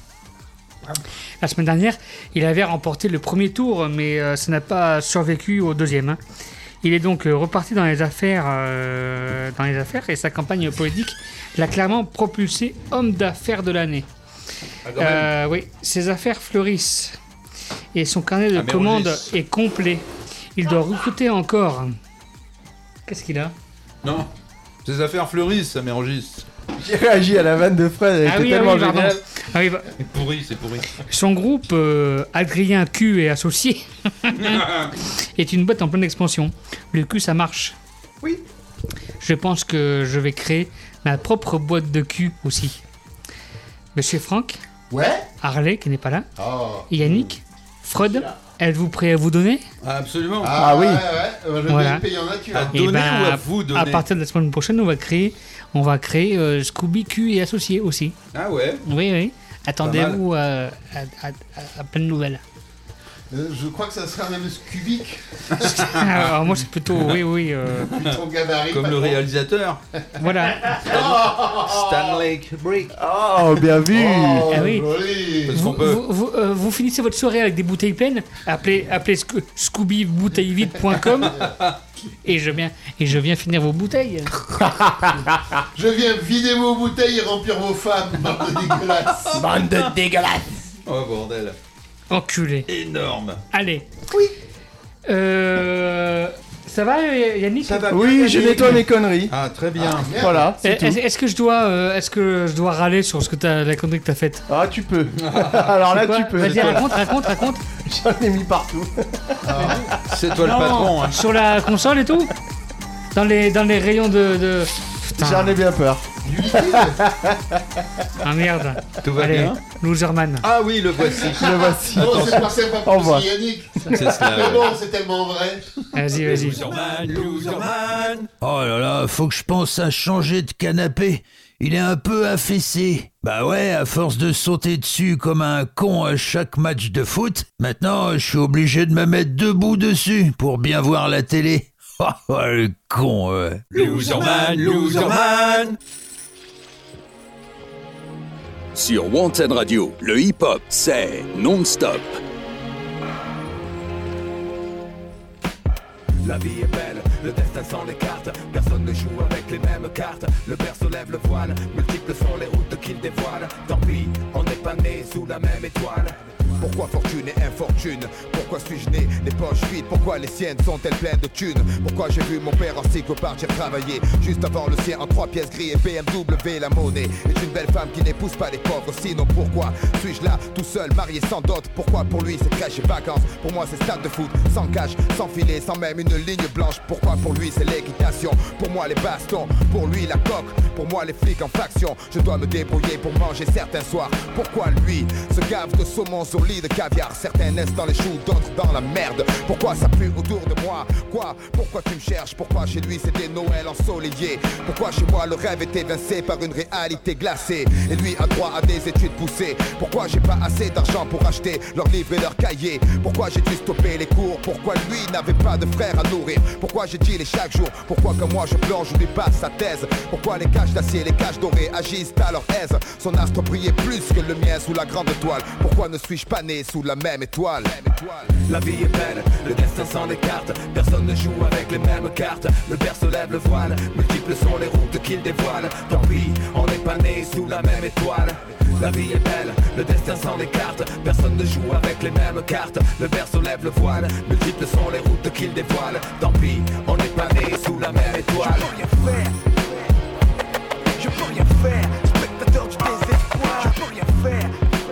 La semaine dernière, il avait remporté le premier tour, mais euh, ça n'a pas survécu au deuxième. hein. Il est donc euh, reparti dans les affaires, euh, dans les affaires, et sa campagne politique l'a clairement propulsé homme d'affaires de l'année. Ah, quand même. Euh, oui, ses affaires fleurissent et son carnet de Ah, mais commandes Régis. est complet. Il doit recruter encore. Qu'est-ce qu'il a? Non. Ces affaires fleurissent, ça m'enregistre. J'ai réagi à la vanne de Fred, elle Ah était oui, ah tellement oui, pardon. géniale. Ah oui, bah, C'est pourri, c'est pourri. son groupe euh, Adrien Q et Associés est une boîte en pleine expansion. Le Q, ça marche. Oui. Je pense que je vais créer ma propre boîte de Q aussi. Monsieur Franck, Ouais. Harley qui n'est pas là, Oh. et Yannick, Freud, êtes-vous prêts à vous donner? Ah, absolument. Ah, oui. ouais, ouais. Euh, Je vais Voilà. le payer en nature. À Eh donner ben, ou à vous donner? À partir de la semaine prochaine, on va créer, on va créer euh, Scooby Q et Associés aussi. Ah ouais. Oui, oui. Attendez-vous à, à, à- à plein de nouvelles. Euh, je crois que ça sera même cubique. Alors moi, c'est plutôt, oui, oui. euh, Ton gabarit. Comme le patron. réalisateur. voilà. Stanley Kubrick. Oh, bien vu. Oh, Ah oui. joli. Parce Vous, qu'on peut. vous- vous, euh, vous finissez votre soirée avec des bouteilles pleines, appelez, appelez sco- scooby bouteille vide point com et je viens et je viens finir vos bouteilles. Je viens vider vos bouteilles et remplir vos femmes, bande de dégueulasses. Bande de dégueulasses. Oh bordel. Enculé. Énorme. Allez. Oui. Euh, ça va, Yannick? Ça va bien, Oui, je Yannick. nettoie mes conneries. Ah, très bien. Merde. Voilà, c'est Est-ce tout. est-ce que je dois, euh, est-ce que je dois râler sur ce que t'as, la connerie que t'as faite? Ah, tu peux. Alors là, Quoi tu peux. Vas-y, raconte, raconte, raconte. J'en ai mis partout. C'est toi le Non, patron. Hein. Sur la console et tout. Dans les, dans les rayons de. de... Putain. J'en ai bien peur. du liquide. Ah merde. Tout va Allez, bien Loserman. Ah oui, le voici. Le voici. Non, c'est pas sympa Au revoir. pour Yannick. C'est cela. Mais bon, c'est tellement vrai. Vas-y, vas-y. Loserman, Loserman. Oh là là, faut que je pense à changer de canapé. Il est un peu affaissé. Bah ouais, à force de sauter dessus comme un con à chaque match de foot, maintenant je suis obligé de me mettre debout dessus pour bien voir la télé. Oh, le con, ouais. Loserman, Loserman. Sur Wanted Radio, le hip-hop, c'est non-stop. La vie est belle, le destin sans les cartes. Personne ne joue avec les mêmes cartes. Le berceau lève le voile, multiples sont les routes qu'il dévoile. Tant pis, on n'est pas né sous la même étoile. Pourquoi fortune et infortune? Pourquoi suis-je né les poches vides? Pourquoi les siennes sont-elles pleines de thunes? Pourquoi j'ai vu mon père en cycle partir travailler juste avant le sien en trois pièces gris et B M W? La monnaie est une belle femme qui n'épouse pas les pauvres. Sinon pourquoi suis-je là tout seul, marié sans dot? Pourquoi pour lui c'est crèche et vacances? Pour moi c'est stade de foot, sans cash, sans filet, sans même une ligne blanche. Pourquoi pour lui c'est l'équitation? Pour moi les bastons, pour lui la coque. Pour moi les flics en faction. Je dois me débrouiller pour manger certains soirs. Pourquoi lui se gave de saumon sur lit de caviar? Certains naissent dans les choux, d'autres dans la merde. Pourquoi ça pue autour de moi? Quoi? Pourquoi tu me cherches? Pourquoi chez lui c'est des Noëls ensoleillés? Pourquoi chez moi le rêve est évincé par une réalité glacée? Et lui a droit à des études poussées. Pourquoi j'ai pas assez d'argent pour acheter leurs livres et leurs cahiers? Pourquoi j'ai dû stopper les cours? Pourquoi lui n'avait pas de frère à nourrir? Pourquoi j'ai dit les chaque jour? Pourquoi comme moi je plonge ou lui passe sa thèse? Pourquoi les cages d'acier, les cages dorées agissent à leur aise? Son astre brillait plus que le mien sous la grande toile. Pourquoi ne suis-je pas né sous la même étoile? La vie est belle, le destin sans les cartes. Personne ne joue avec les mêmes cartes. Le berceau lève le voile, multiples sont les routes qu'il dévoile. Tant pis, on n'est pas né sous la même étoile. La vie est belle, le destin sans les cartes. Personne ne joue avec les mêmes cartes. Le berceau lève le voile, multiples sont les routes qu'il dévoile. Tant pis, on n'est pas né sous la même étoile. Je peux rien faire, je peux rien faire. Spectateur du désespoir, je peux rien faire.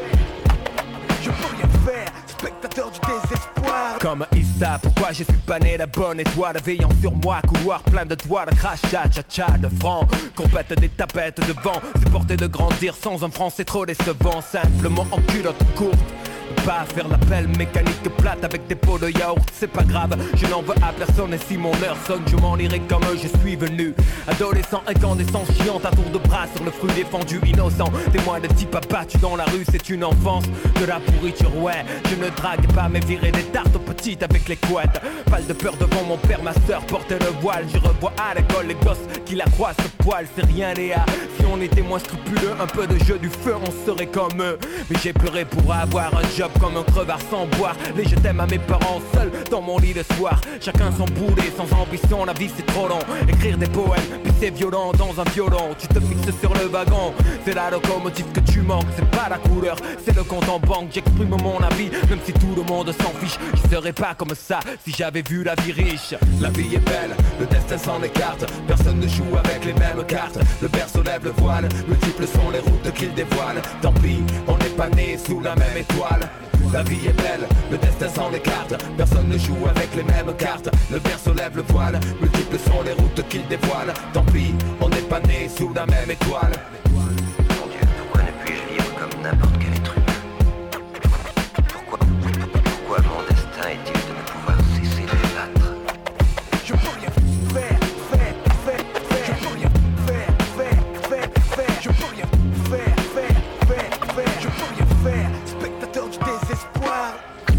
Je peux rien faire, spectateur du désespoir. Comme Issa, pourquoi je suis pas né la bonne étoile? Veillant sur moi, couloir plein de toiles, crachat, tcha-tcha, de francs. Compète des tapettes de vent, supporter de grandir sans un franc, c'est trop décevant. Simplement en culotte courte, pas faire l'appel mécanique plate avec des pots de yaourt, c'est pas grave, je n'en veux à personne. Et si mon heure sonne, je m'en irai comme je suis venu. Adolescent, incandescent, chiant à tour de bras sur le fruit défendu, innocent. Témoin de type abattu dans la rue, c'est une enfance de la pourriture, ouais. Je ne drague pas mais virer des tartes aux petites avec les couettes. Pas de peur devant mon père, ma soeur portait le voile. Je revois à l'école les gosses qui la croient ce poil, c'est rien Léa. Si on était moins scrupuleux, un peu de jeu du feu, on serait comme eux. Mais j'ai pleuré pour avoir un job comme un crevard sans boire. Les je t'aime à mes parents seuls dans mon lit le soir. Chacun son boulet, sans ambition, la vie c'est trop long. Écrire des poèmes, puis c'est violent dans un violon. Tu te fixes sur le wagon, c'est la locomotive que tu manques. C'est pas la couleur, c'est le compte en banque. J'exprime mon avis, même si tout le monde s'en fiche. Je serais pas comme ça si j'avais vu la vie riche. La vie est belle, le destin s'en écarte. Personne ne joue avec les mêmes cartes. Le berceau lève le voile, multiples sont les routes qu'il dévoile. Tant pis, on n'est pas né sous la même étoile. La vie est belle, le destin s'en écarte. Personne ne joue avec les mêmes cartes. Le berceau lève le voile, multiples sont les routes qu'il dévoile. Tant pis, on n'est pas né sous la même étoile. Mon Dieu, pourquoi ne puis-je vivre comme n'importe quel être humain? Pourquoi, pourquoi mon destin est-il de ne pouvoir cesser de battre? Je peux rien faire, faire, faire, faire. Je peux rien faire, faire, faire, faire. Je peux rien faire, faire, faire, faire. Je peux rien faire, spectateur du désespoir.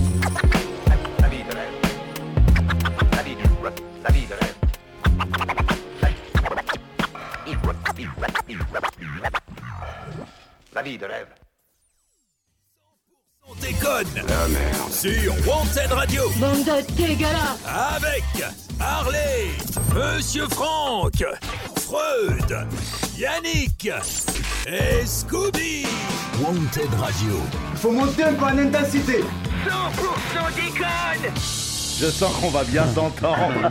La vie de rêve. La vie de rêve. La vie de rêve. La vie de rêve. On déconne. La merde. Sur Wanted Radio. Bande de dégueulasse. Avec Harley, Monsieur Franck, Freud, Yannick et Scooby. Wanted Radio. Faut monter un peu en intensité. cent pour cent déconne. Je sens qu'on va bien s'entendre.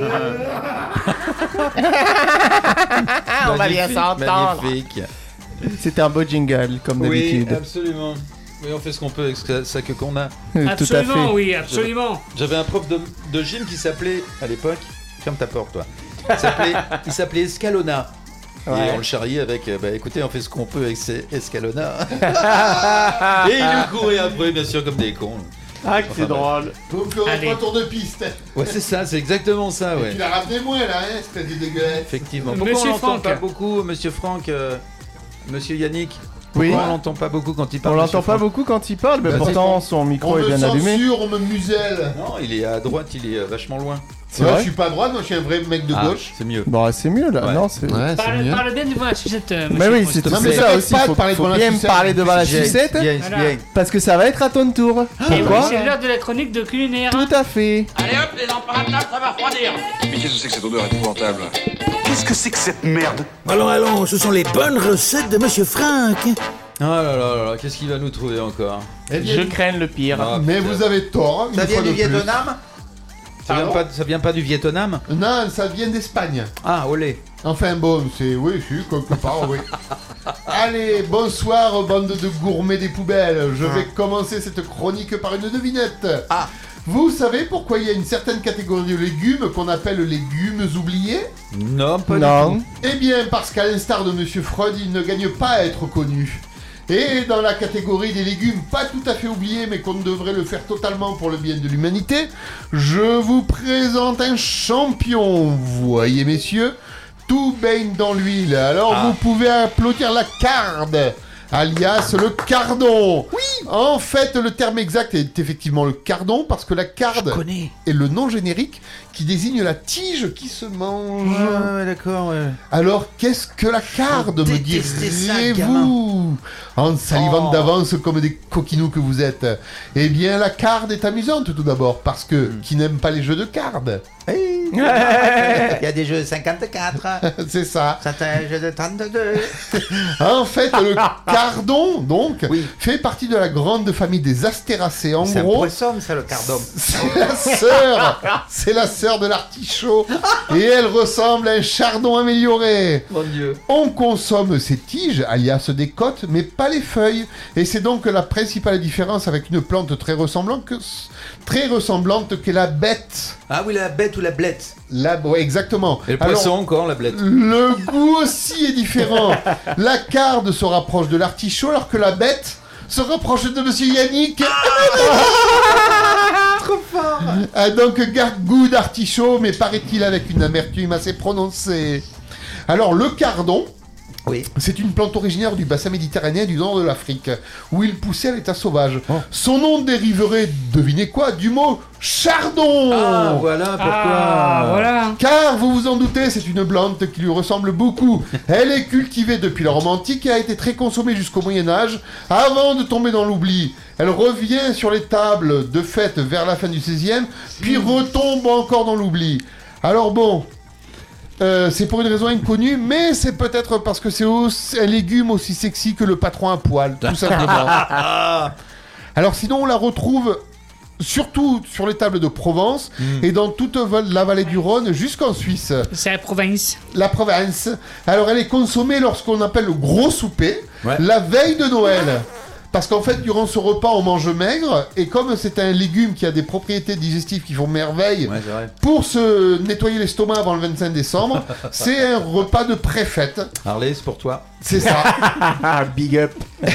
On va bien s'entendre. Magnifique. C'était un beau jingle, comme d'habitude. Oui, absolument. Oui, on fait ce qu'on peut avec ça que qu'on a. Absolument, oui, absolument. J'avais un prof de, de gym qui s'appelait, à l'époque, ferme ta porte toi, il s'appelait, il s'appelait Escalona. Ouais. Et on le charrie avec, euh, bah écoutez, on fait ce qu'on peut avec ces escalonnards. Et ils nous couraient après, bien sûr, comme des cons. Ah, que c'est enfin, drôle. Vous me ferez un tour de piste. Ouais, c'est ça, c'est exactement ça, ouais. Tu l'as ramené moins là, hein, espèce de dégueulasse. Effectivement. Pourquoi Monsieur on l'entend Franck. pas beaucoup, Monsieur Franck, euh, Monsieur Yannick? Oui. Pourquoi on l'entend pas beaucoup quand il parle? On l'entend pas beaucoup quand il parle, mais Bah, pourtant son micro on est me bien allumé. censure, on me muselle. Non, il est à droite, il est euh, vachement loin. C'est Ouais, vrai je suis pas à droite, moi je suis un vrai mec de Ah, gauche. c'est mieux. Bon, c'est mieux là. Ouais. Non, c'est. Ouais, c'est Parle, mieux. parle bien devant la sucette, euh, Mais monsieur oui, Franck. c'est tout Non, mais c'est ça ça fait aussi. pas de Faut, parler faut devant la bien me sucette. parler devant la Bien, sucette, bien, Voilà. bien. parce que ça va être à ton tour. Et oui, Pourquoi c'est l'heure de la chronique de culinaire. Tout à fait. Allez hop, les lampes à table, ça va refroidir. Mais qu'est-ce que c'est que cette odeur épouvantable? Qu'est-ce que c'est que cette merde? Allons, allons, ce sont les bonnes recettes de Monsieur Franck. Oh là là là là, qu'est-ce qu'il va nous trouver encore? Je crains le pire. Ah, Mais putain. vous avez tort. une Ça vient fois du de plus. Vietnam? Ça vient, pas, ça vient pas du Vietnam? Non, ça vient d'Espagne. Ah, olé. Enfin bon, c'est... Oui, si, quelque part, oui. Allez, bonsoir, bande de gourmets des poubelles. Je vais commencer cette chronique par une devinette. Ah. Vous savez pourquoi il y a une certaine catégorie de légumes qu'on appelle légumes oubliés? Non, pas Non. du tout. Eh bien, parce qu'à l'instar de Monsieur Freud, il ne gagne pas à être connu. Et dans la catégorie des légumes pas tout à fait oubliés, mais qu'on devrait le faire totalement pour le bien de l'humanité, je vous présente un champion. Voyez, messieurs, tout baigne dans l'huile. Alors Ah. vous pouvez applaudir la carde, alias le cardon. Oui. En fait, le terme exact est effectivement le cardon, parce que la carde est le nom générique qui désigne la tige qui se mange. Ouais, ouais, d'accord, ouais. Alors, qu'est-ce que la carde, me détester ça, direz-vous? En salivant Oh. d'avance comme des coquinous que vous êtes. Eh bien, la carde est amusante tout d'abord, parce que qui n'aime pas les jeux de cartes? Il y a des jeux cinquante-quatre. C'est ça. Certains jeux de trente-deux. En fait, le cardon, donc, fait partie de la grande famille des astéracées. En C'est un gros, poisson, ça, le cardon. c'est la sœur, c'est la sœur de l'artichaut, et elle ressemble à un chardon amélioré. Mon Dieu. On consomme ces tiges, alias des côtes, mais pas les feuilles. Et c'est donc la principale différence avec une plante très ressemblante que très ressemblante qu'est la bête. Ah oui, la bête ou la blette. La, ouais, exactement. Et le Alors, poisson encore, la blette. le goût aussi est différent. La carde se rapproche de l'artichaut, alors que la bête se rapproche de Monsieur Yannick. Trop fort. A donc garde goût d'artichaut, mais paraît-il avec une amertume assez prononcée. Alors le cardon, oui. C'est une plante originaire du bassin méditerranéen du nord de l'Afrique, où il poussait à l'état sauvage. Oh. Son nom dériverait, devinez quoi, du mot chardon. Ah, voilà pourquoi. Ah, voilà. Car, vous vous en doutez, c'est une plante qui lui ressemble beaucoup. Elle est cultivée depuis la Rome antique et a été très consommée jusqu'au Moyen-Âge, avant de tomber dans l'oubli. Elle revient sur les tables de fête vers la fin du seizième, puis retombe encore dans l'oubli. Alors bon... Euh, c'est pour une raison inconnue, mais c'est peut-être parce que c'est aussi un légume aussi sexy que le patron à poil, tout simplement. Alors sinon, on la retrouve surtout sur les tables de Provence mm. et dans toute la vallée du Rhône jusqu'en Suisse. C'est la province. La province. Alors elle est consommée lorsqu'on appelle le gros souper, ouais. la veille de Noël. Parce qu'en fait, durant ce repas, on mange maigre, et comme c'est un légume qui a des propriétés digestives qui font merveille, ouais, c'est vrai. Pour se nettoyer l'estomac avant le vingt-cinq décembre, c'est un repas de pré-fête. Harley, c'est pour toi. C'est ça. Big up.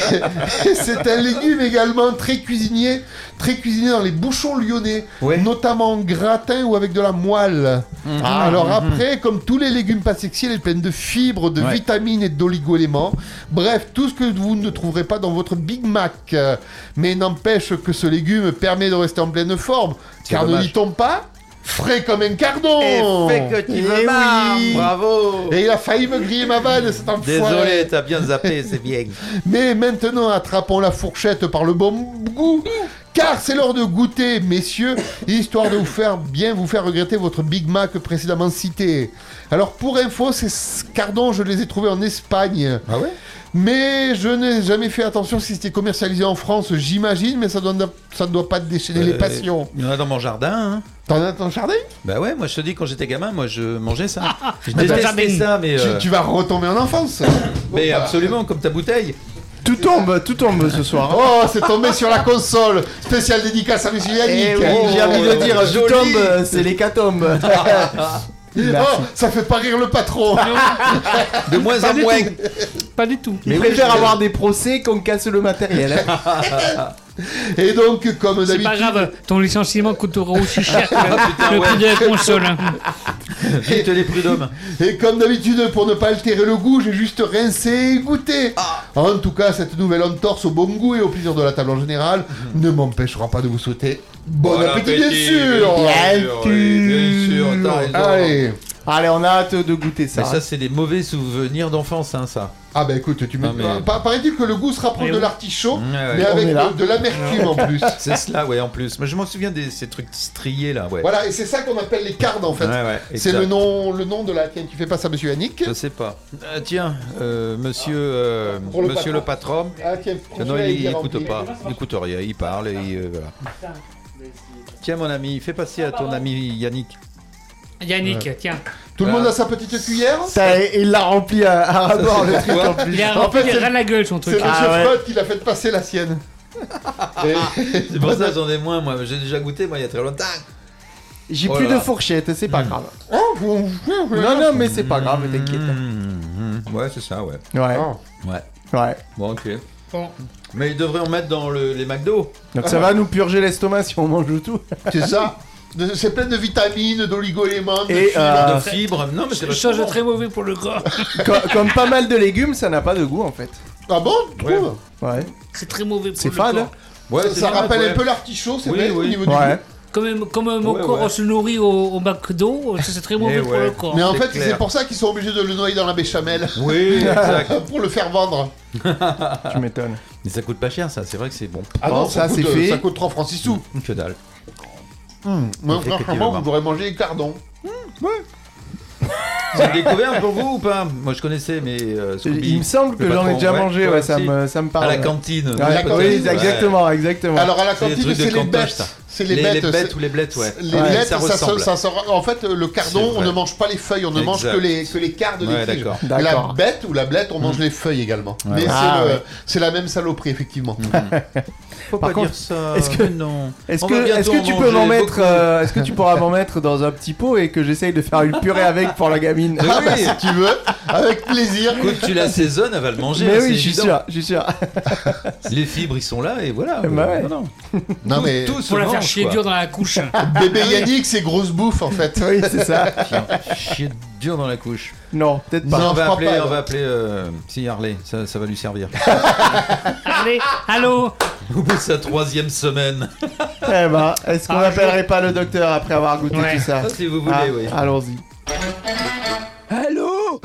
C'est un légume également très cuisinier, très cuisiné dans les bouchons lyonnais, ouais. notamment en gratin ou avec de la moelle. Mmh. Ah, Alors mmh. après, comme tous les légumes pas sexy, elle est pleine de fibres, de ouais. vitamines et d'oligo-éléments. Bref, tout ce que vous ne trouverez pas dans votre Big Mac. Mais n'empêche que ce légume permet de rester en pleine forme, car dommage. Ne dit-on pas frais comme un cardon. Et fait que tu veux marre, oui. Bravo. Et il a failli me griller ma vanne, cet enfoiré. Désolé, t'as bien zappé, c'est bien. Mais maintenant, attrapons la fourchette par le bon goût, car c'est l'heure de goûter, messieurs, histoire de vous faire bien vous faire regretter votre Big Mac précédemment cité. Alors pour info, ces cardons, je les ai trouvés en Espagne. Ah ouais? Mais je n'ai jamais fait attention si c'était commercialisé en France, j'imagine, mais ça doit, ça ne doit pas te déchaîner euh, les passions. Il y en a dans mon jardin, hein. T'en as dans ton jardin? Bah ouais, moi je te dis, quand j'étais gamin, moi je mangeais ça. Ah, je détestais ça, mais... Euh... Tu, tu vas retomber en enfance. Mais bon, absolument, bah... comme ta bouteille. Tout tombe, tout tombe ce soir. Oh, c'est tombé sur la console. Spécial dédicace à Monsieur Yannick. Eh oui, oh, j'ai envie de dire, tout tombe, c'est l'hécatombe. Oh, ça fait pas rire le patron. De moins Pas en du moins. tout. Pas du tout. Il Mais préfère oui, je- avoir des procès qu'on casse le matériel. Et donc, comme C'est d'habitude. pas grave, ton licenciement coûtera aussi cher que Ah, putain, le ouais. prix de la console. hein. Vite les prud'hommes. Et comme d'habitude, pour ne pas altérer le goût, j'ai juste rincé et goûté. En tout cas, cette nouvelle entorse au bon goût et au plaisir de la table en général ne m'empêchera pas de vous souhaiter bon, Bon appétit, appétit, bien sûr. bien sûr, oui, bien sûr, t'as raison. Allez. Allez, on a hâte de goûter ça. Mais ça, c'est des mauvais souvenirs d'enfance, hein, ça. Ah bah écoute, tu me... Non, mais- Pa- Paraît-il que le goût se rapproche Mais de oui. l'artichaut, Ouais, ouais. mais On avec est là. de, de l'amertume en plus. C'est cela, ouais, en plus. Mais je m'en souviens de ces trucs striés, là, ouais. Voilà, et c'est ça qu'on appelle les cardes en fait. Ouais, ouais, c'est exact. le nom, le nom de la... Tiens, tu fais pas ça, monsieur Yannick. Je sais pas. Euh, tiens, euh, monsieur, euh, Pour le monsieur le patron. Ah tiens, Non, celui-là, il, est il écoute rempli. pas. Il écoute rien, il parle et il, euh, voilà. Tiens, mon ami, fais passer à ton ami Yannick. Yannick, tiens. Tout le Ah. monde a sa petite cuillère. Ça, il l'a rempli à, à rabord le truc en plus. Il a En rempli fait, des c'est- ras la gueule son C'est truc. Ah monsieur ouais. Freud qui l'a fait passer la sienne. Et- C'est pour ça que j'en ai moins, moi. J'ai déjà goûté, moi, il y a très longtemps. J'ai Oh plus là de là. fourchette, c'est pas grave. Oh, bon, Non, non, mais c'est pas grave, t'inquiète. Mmh, mmh. Ouais, c'est ça, ouais. Ouais, Oh. Ouais. ouais. Bon, ok. Bon. Mais ils devraient en mettre dans le- les McDo. Donc ça va nous purger l'estomac si on mange tout. C'est ça. De- C'est plein de vitamines, d'oligo-éléments, de Et, fibres. euh, De fibres. Non, mais c'est Chose vachement très mauvais pour le corps. comme, comme pas mal de légumes, ça n'a pas de goût en fait. Ah bon, tu Ouais. trouves Ouais. C'est très mauvais pour C'est le fade. corps. bon. Ouais, Ça, c'est ça bien, rappelle ouais. un peu l'artichaut, c'est Oui, vrai, au oui. niveau du Ouais. goût. Comme, comme mon Ouais, corps ouais. se nourrit au, au McDo, ça c'est très mauvais Eh pour ouais. le corps. Mais en C'est fait, clair. c'est pour ça qu'ils sont obligés de le noyer dans la béchamel. Oui, exact. Pour le faire vendre. Tu m'étonnes. Mais ça coûte pas cher, ça. C'est vrai que c'est bon. Ah Bon, non, ça, ça, coûte, c'est euh, fait. ça coûte trois francs six sous. Que dalle. Hum, Moi, Effectivement. franchement, vous aurez mangé les cardons. C'est une découverte pour vous ou pas? Moi, je connaissais, mais euh, Scooby, Il me semble que le j'en ai patron, déjà ouais, mangé, toi ouais, ça aussi. me, ça me parle. À la cantine. Ouais, la cantine, oui, ouais. exactement, exactement. Alors à la C'est des cantine, trucs de c'est les cantoche, bêtes. ça. C'est les, Les- bêtes. les bêtes c'est- ou les blettes, ouais. Les Ouais, blettes, ça ça, se- ressemble. ça se- en fait, le cardon, C'est on vrai. ne mange pas les feuilles, on ne mange Exact. que les, que les quarts de Ouais, les tiges. d'accord. La D'accord. bête ou la blette, on mange les feuilles également. Ouais. Mais Ah, c'est le- ouais. c'est la même saloperie, effectivement. Faut Par pas contre, dire ça. est-ce que- mais non. Est-ce On que, va bientôt est-ce que en tu peux manger m'en mettre, beaucoup. euh, est-ce que tu pourras m'en mettre dans un petit pot et que j'essaye de faire une purée avec pour la gamine? Ah bah, si tu veux, avec plaisir. Écoute, tu l'assaisonnes, elle va le manger. Mais hein, oui, c'est je suis évident. sûr, je suis sûr. Les fibres, ils sont là et voilà. Bah ouais. Non, non. Non mais Tout se Pour la faire mange, chier quoi. dur dans la couche. bébé Yannick, c'est grosse bouffe en fait. Oui, c'est ça. Chier dur dans la couche. Non, peut-être pas. Non, on je va crois appeler, pas, on non. va appeler, euh, si Harley, ça, ça va lui servir. Allez, allô. Au bout de sa troisième semaine. Eh ben, est-ce qu'on Ah, n'appellerait pas le docteur après avoir goûté Ouais. tout ça? Ah, si vous voulez, Ah, oui. Allons-y. Allô?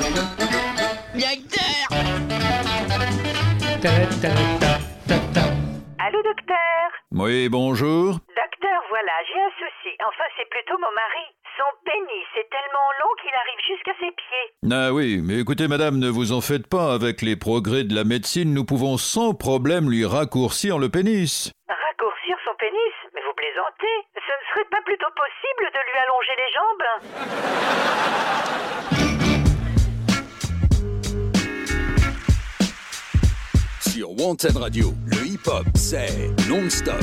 Ta, ta, ta, ta, ta. Allô, docteur? Oui, bonjour. Docteur, voilà, j'ai un souci. Enfin, c'est plutôt mon mari. Son pénis est tellement long qu'il arrive jusqu'à ses pieds. Ah oui, mais écoutez madame, ne vous en faites pas, avec les progrès de la médecine, nous pouvons sans problème lui raccourcir le pénis. Raccourcir son pénis? Mais vous plaisantez? Ce ne serait pas plutôt possible de lui allonger les jambes? Sur Wanted Radio, le hip-hop, c'est non-stop.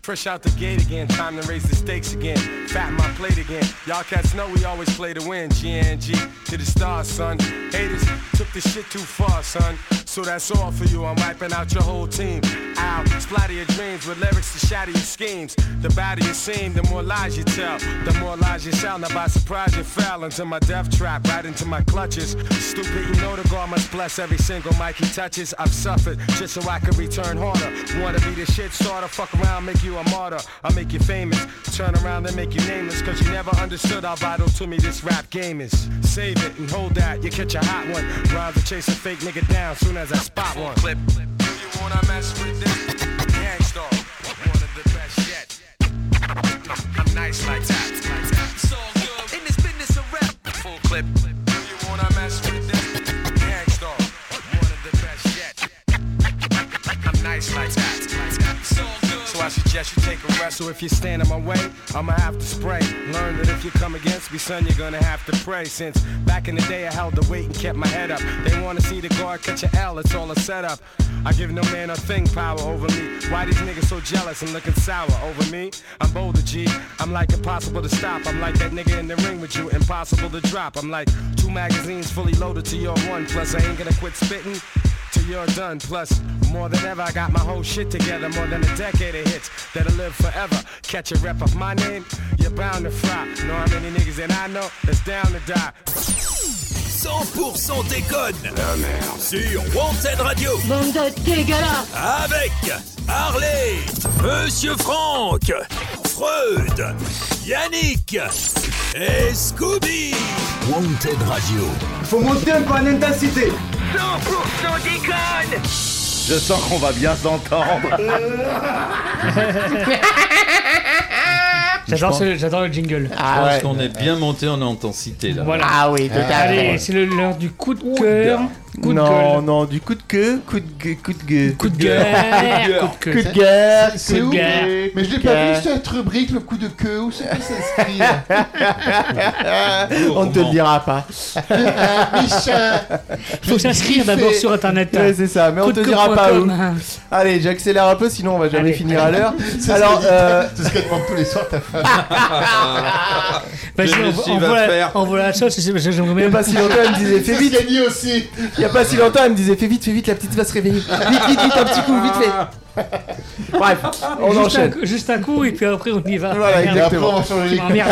Fresh out the gate again, time to raise the stakes again. Fat my plate again. Y'all cats know we always play to win. G N G to the stars, son. Haters took this shit too far, son. So that's all for you. I'm wiping out your whole team. Ow, splatter your dreams with lyrics to shatter your schemes. The badder you seem, the more lies you tell. The more lies you sound. Now by surprise you fell into my death trap, right into my clutches. Stupid, you know the God must bless every single mic he touches. I've suffered just so I can return harder. Wanna be the shit starter, fuck around, make you a martyr. I'll make you famous, turn around and make you nameless. Cause you never understood how vital to me this rap game is. Save it and hold that, you catch a hot one. Rhymes to chase a fake nigga down soon as I spot one. Clip. Do you wanna mess with this? Gangstar, one of the best yet. I'm nice like that. It's all good in this business of rap. Full clip. Do you wanna mess with this? Gangstar, one of the best yet. I'm nice like that. It's all good. So I suggest you take a rest. So if you stand in my way, I'ma have to spray. Learn that if you come against me, son, you're gonna have to pray. Since back in the day I held the weight and kept my head up. They wanna see the guard catch a L, it's all a setup. I give no man a thing power over me. Why these niggas so jealous and looking sour over me? I'm bolder, G. I'm like impossible to stop. I'm like that nigga in the ring with you, impossible to drop. I'm like two magazines fully loaded to your one. Plus I ain't gonna quit spitting till you're done. Plus, more than ever, I got my whole shit together. More than a decade of hits that'll live forever. Catch a rep of my name, you're bound to fry. Know how many niggas that I know that's down to die. cent pour cent déconne. Ah merde. Sur Wanted Radio. Bande de dégueulasse. Avec Harley, Monsieur Franck, Freud, Yannick et Scooby. Wanted Radio. Faut monter un peu en intensité. cent pour cent déconne. Je sens qu'on va bien s'entendre. J'adore, ce, j'adore le jingle. Ah, je pense ouais. qu'on est bien monté en intensité là. Voilà. Ah oui, tout à fait. Allez, c'est le, l'heure du coup de cœur. Coup de non, gueule. non, du coup de queue, coup de gueule, coup de gueule. Coup de gueule. Coup de gueule. C'est où? Mais je l'ai pas vu cette rubrique, le coup de queue. Où c'est que ça s'inscrire? On ne te le dira pas. Il faut s'inscrire d'abord sur internet. Ouais, c'est ça, mais on te dira pas où. Allez, j'accélère un peu, sinon on va jamais Allez. finir à l'heure. Alors, euh... c'est ce qu'elle demande tous les soirs ta femme. Vas-y, on, on, voit la, on voit la sauce. Il n'y a pas si longtemps, elle me disait fais vite. Gagné aussi. Il n'y a pas si longtemps, elle me disait fais vite, fais vite, la petite va se réveiller. Vite, vite, vite, un petit coup, vite fait. Bref, on juste enchaîne. Un, juste un coup et puis après on y va. Voilà, exactement. Après, on va changer les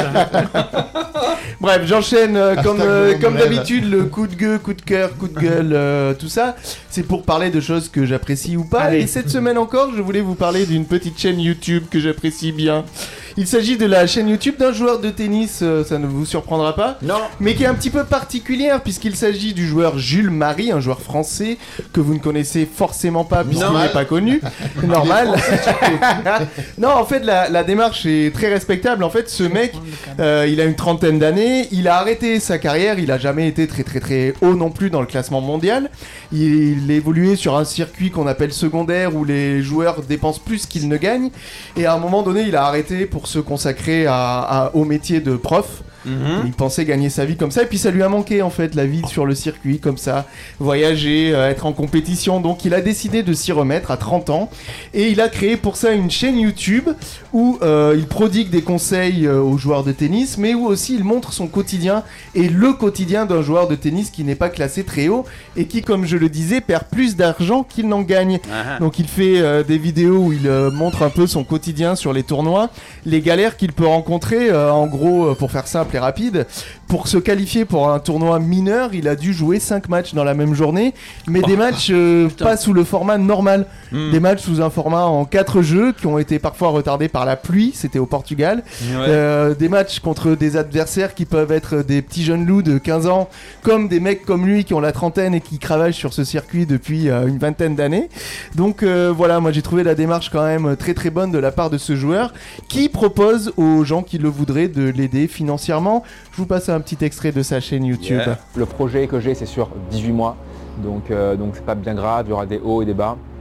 Bref, j'enchaîne euh, comme, euh, comme d'habitude le coup de gueule, coup de cœur, coup de gueule, euh, tout ça. C'est pour parler de choses que j'apprécie ou pas. Allez. Et cette semaine encore, je voulais vous parler d'une petite chaîne YouTube que j'apprécie bien. Il s'agit de la chaîne YouTube d'un joueur de tennis, euh, ça ne vous surprendra pas. Non. Mais qui est un petit peu particulière puisqu'il s'agit du joueur Jules Marie, un joueur français que vous ne connaissez forcément pas puisqu'il n'est pas connu. Normal. Non, en fait, la, la démarche est très respectable. En fait, ce mec, euh, il a une trentaine d'années. Il a arrêté sa carrière. Il a jamais été très très très haut non plus dans le classement mondial. Il, il évoluait sur un circuit qu'on appelle secondaire où les joueurs dépensent plus qu'ils ne gagnent. Et à un moment donné, il a arrêté pour se consacrer à, à, au métier de prof. Mmh. Il pensait gagner sa vie comme ça et puis ça lui a manqué en fait, la vie sur le circuit comme ça, voyager, euh, être en compétition. Donc il a décidé de s'y remettre à trente ans et il a créé pour ça une chaîne YouTube où euh, il prodigue des conseils euh, aux joueurs de tennis, mais où aussi il montre son quotidien et le quotidien d'un joueur de tennis qui n'est pas classé très haut et qui, comme je le disais, perd plus d'argent qu'il n'en gagne. Ah. Donc il fait euh, des vidéos où il euh, montre un peu son quotidien sur les tournois, les galères qu'il peut rencontrer. euh, en gros, euh, pour faire simple et rapide, pour se qualifier pour un tournoi mineur, il a dû jouer cinq matchs dans la même journée, mais oh, des matchs euh, pas sous le format normal, mm. des matchs sous un format en quatre jeux qui ont été parfois retardés par la pluie, c'était au Portugal, ouais. euh, des matchs contre des adversaires qui peuvent être des petits jeunes loups de quinze ans, comme des mecs comme lui qui ont la trentaine et qui cravaillent sur ce circuit depuis euh, une vingtaine d'années. Donc euh, voilà, moi j'ai trouvé la démarche quand même très très bonne de la part de ce joueur qui propose aux gens qui le voudraient de l'aider financièrement. Je vous passe un petit extrait de sa chaîne YouTube. Yeah. Le projet que j'ai, c'est sur dix-huit mois, donc euh, donc c'est pas bien grave, il y aura des hauts et des bas.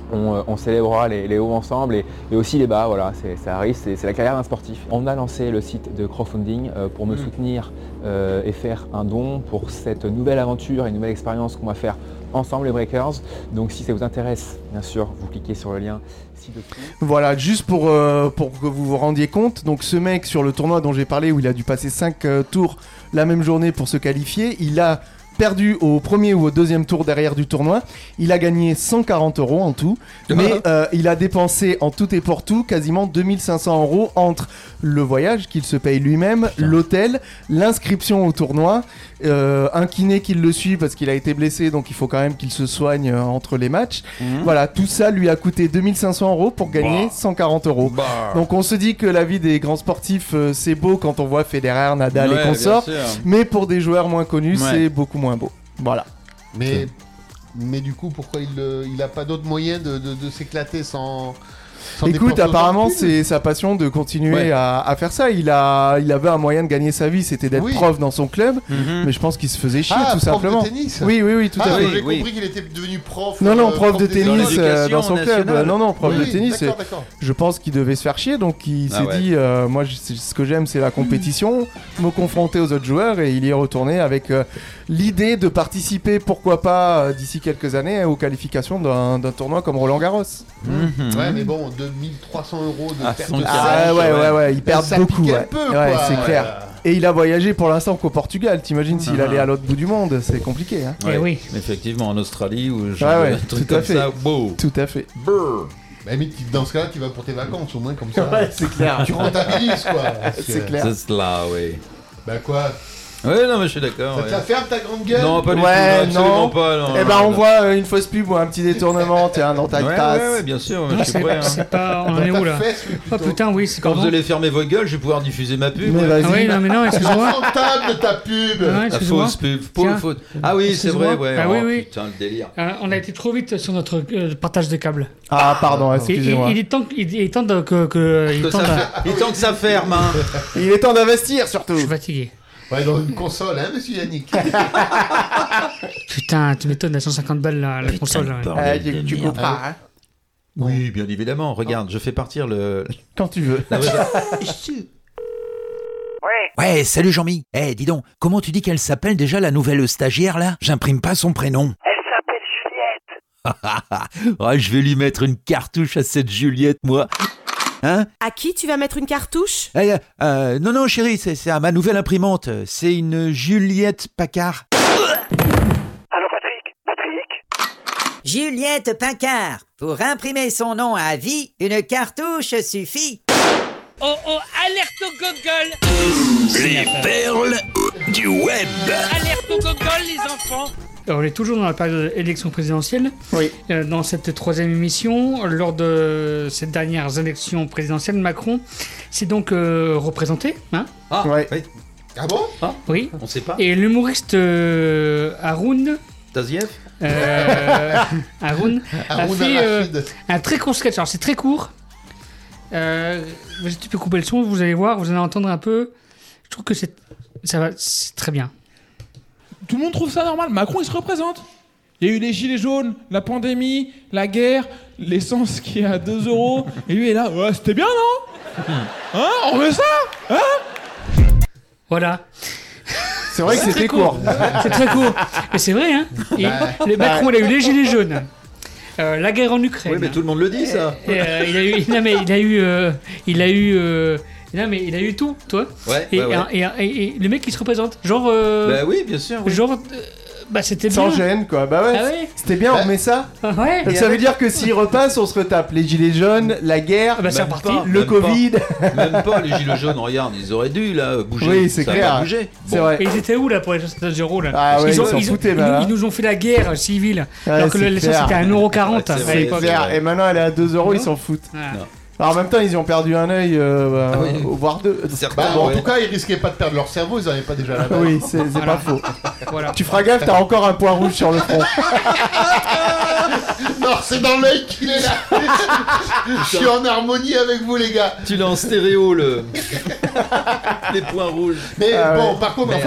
On, on célébrera les, les hauts ensemble et, et aussi les bas, voilà, c'est, ça arrive, c'est, c'est la carrière d'un sportif. On a lancé le site de crowdfunding euh, pour me mmh. soutenir euh, et faire un don pour cette nouvelle aventure et une nouvelle expérience qu'on va faire ensemble les Breakers. Donc si ça vous intéresse, bien sûr, vous cliquez sur le lien ci-dessous. Voilà, juste pour, euh, pour que vous vous rendiez compte, donc ce mec sur le tournoi dont j'ai parlé où il a dû passer cinq euh, tours la même journée pour se qualifier, il a perdu au premier ou au deuxième tour derrière du tournoi. Il a gagné cent quarante euros en tout, mais euh, il a dépensé en tout et pour tout quasiment deux mille cinq cents euros entre le voyage qu'il se paye lui-même, Putain. l'hôtel, l'inscription au tournoi, euh, un kiné qui le suit parce qu'il a été blessé, donc il faut quand même qu'il se soigne euh, entre les matchs. Mmh. Voilà, tout ça lui a coûté deux mille cinq cents euros pour gagner bah. cent quarante euros. Bah. Donc on se dit que la vie des grands sportifs, euh, c'est beau quand on voit Federer, Nadal ouais, et consorts, mais pour des joueurs moins connus, ouais. c'est beaucoup moins beau. Voilà. Mais, mais du coup, pourquoi il euh, il a pas d'autre moyen de, de, de s'éclater sans, sans Écoute, apparemment, c'est sa passion de continuer ouais. à, à faire ça. Il, a, il avait un moyen de gagner sa vie, c'était d'être oui. prof dans son club, mm-hmm. mais je pense qu'il se faisait chier ah, tout prof simplement. De tennis oui, oui, oui, tout ah, à fait. J'ai oui. compris qu'il était devenu prof. Non, non, euh, prof, prof de tennis euh, dans son nationale. club. Non, non, prof oui, de tennis. D'accord, d'accord. Je pense qu'il devait se faire chier, donc il ah, s'est ouais. dit euh, moi, je, ce que j'aime, c'est la compétition, me confronter aux autres joueurs, et il y est retourné avec euh, l'idée de participer, pourquoi pas, euh, d'ici quelques années, aux qualifications d'un, d'un tournoi comme Roland-Garros. Mmh. Ouais, mais bon, deux mille trois cents euros de ah, perte de ah, ouais, ouais, ouais, ils perdent beaucoup. Ouais, peu, ouais c'est ouais. clair. Et il a voyagé pour l'instant qu'au Portugal. T'imagines s'il ah. allait à l'autre bout du monde, c'est compliqué. Hein. Ouais, eh oui. Effectivement, en Australie ou ah ouais, un truc tout à comme fait. ça. Beau. Tout à fait. Brrr. Bah, mais dans ce cas-là, tu vas pour tes vacances, au moins comme ça. Ouais, c'est clair. Tu rentabilises, quoi. C'est clair. C'est cela, oui. Bah quoi? Ouais, non, mais je suis d'accord. Ça ouais. te la ferme ta grande gueule? Non, pas du ouais, tout. Absolument non. pas. Non, eh ben, on voit euh, une fausse pub ou un petit détournement, tiens, dans ta ouais, tasse. Ouais, ouais, bien sûr. Non, je suis c'est, prêt, c'est hein. pas. On en est où là? Fesse, oui, oh putain, oui, c'est quand quand vous allez fermer vos gueules, je vais pouvoir diffuser ma pub. Mais ouais. vas-y. Ah oui, non, mais non, excuse-moi. Rentable de ta pub. Ouais, La fausse pub. Pauvre faute. Ah oui, c'est vrai, ouais. Ah oh, oui, oui. Putain, le délire. Euh, on a été trop vite sur notre euh, partage de câbles. Ah, pardon, excusez-moi. Il, il, est temps, il est temps de, que, que, il, est temps ça de... fait, il est temps que ça ferme. Hein. Il est temps d'investir surtout. Je suis fatigué. Ouais, dans une console, hein, monsieur Yannick. Putain, tu m'étonnes, à cent cinquante balles la, la console. Euh, tu tu comprends, hein. Oui, bien évidemment. Regarde, je fais partir le. Quand tu veux. La Ouais, salut Jean-Mi. Eh, hey, dis donc, comment tu dis qu'elle s'appelle déjà la nouvelle stagiaire là? J'imprime pas son prénom. Elle s'appelle Juliette. Ouais, je vais lui mettre une cartouche à cette Juliette, moi. Hein? À qui tu vas mettre une cartouche? eh, euh, Non, non, chérie, c'est, c'est à ma nouvelle imprimante. C'est une Juliette Paccard. Allô, Patrick? Patrick? Juliette Paccard. Pour imprimer son nom à vie, une cartouche suffit. Oh oh, alerte au Google! Les perles du web. Alerte au Google, les enfants! Alors, on est toujours dans la période d'élection présidentielle. Oui. Euh, dans cette troisième émission, lors de ces dernières élections présidentielles, Macron s'est donc euh, représenté. Hein ah, ouais. oui. Ah bon? Ah, oui. On sait pas. Et l'humoriste euh, Haroun. Taziev euh, Haroun a fait euh, un très court sketch. Alors, c'est très court. Euh, tu peux couper le son, vous allez voir, vous allez entendre un peu. Je trouve que c'est, ça va, c'est très bien. Tout le monde trouve ça normal. Macron, il se représente. Il y a eu les gilets jaunes, la pandémie, la guerre, l'essence qui est à deux euros. Et lui est là. Ouais, c'était bien, non? Hein? On veut ça? Hein? Voilà. C'est vrai que c'est c'était court. court. C'est très court. Mais c'est vrai, hein? Et le Macron, il a eu les gilets jaunes. Euh, la guerre en Ukraine. Oui, mais tout le monde le dit, ça. Et, euh, il a eu, non mais il a eu, euh, il a eu, euh, non mais il a eu tout, toi. Ouais. Et, ouais, ouais. et, et, et, et le mec qui se représente, genre. Euh, bah oui, bien sûr. Oui. Genre, euh, bah c'était bien. Sans gêne, quoi. Bah ouais. Ah ouais. C'était bien, bah, on met ça. Ouais. Donc ça veut dire que s'il repasse, on se retape les gilets jaunes, la guerre, ah bah c'est reparti. le même Covid. Pas, même pas les gilets jaunes. Regarde, ils auraient dû là bouger. Oui, c'est ça clair. A pas bougé. C'est bon. vrai. Et ils étaient où là pour les soixante-dix euros là? Ah ouais, ils, ils ont, s'en ils, foutaient, ils, bah, nous, ils nous ont fait la guerre civile. Ouais, alors que c'est l'essence clair. c'était à un euro quarante Ouais, à l'époque. Clair. Et maintenant elle est à deux euros, ils s'en foutent. Ouais. Alors en même temps, ils y ont perdu un œil, euh, bah, Ah oui. voire deux. Bah, bon, en ouais. tout cas, ils risquaient pas de perdre leur cerveau, ils n'avaient pas déjà la balle. Oui, c'est, c'est Voilà. pas faux. Voilà. Tu feras gaffe, t'as encore un point rouge sur le front. Non, c'est dans l'œil qu'il est là. Je suis en harmonie avec vous, les gars. Tu l'as en stéréo, le. Les points rouges. Mais Ah bon, ouais. par contre, Merde. enfin,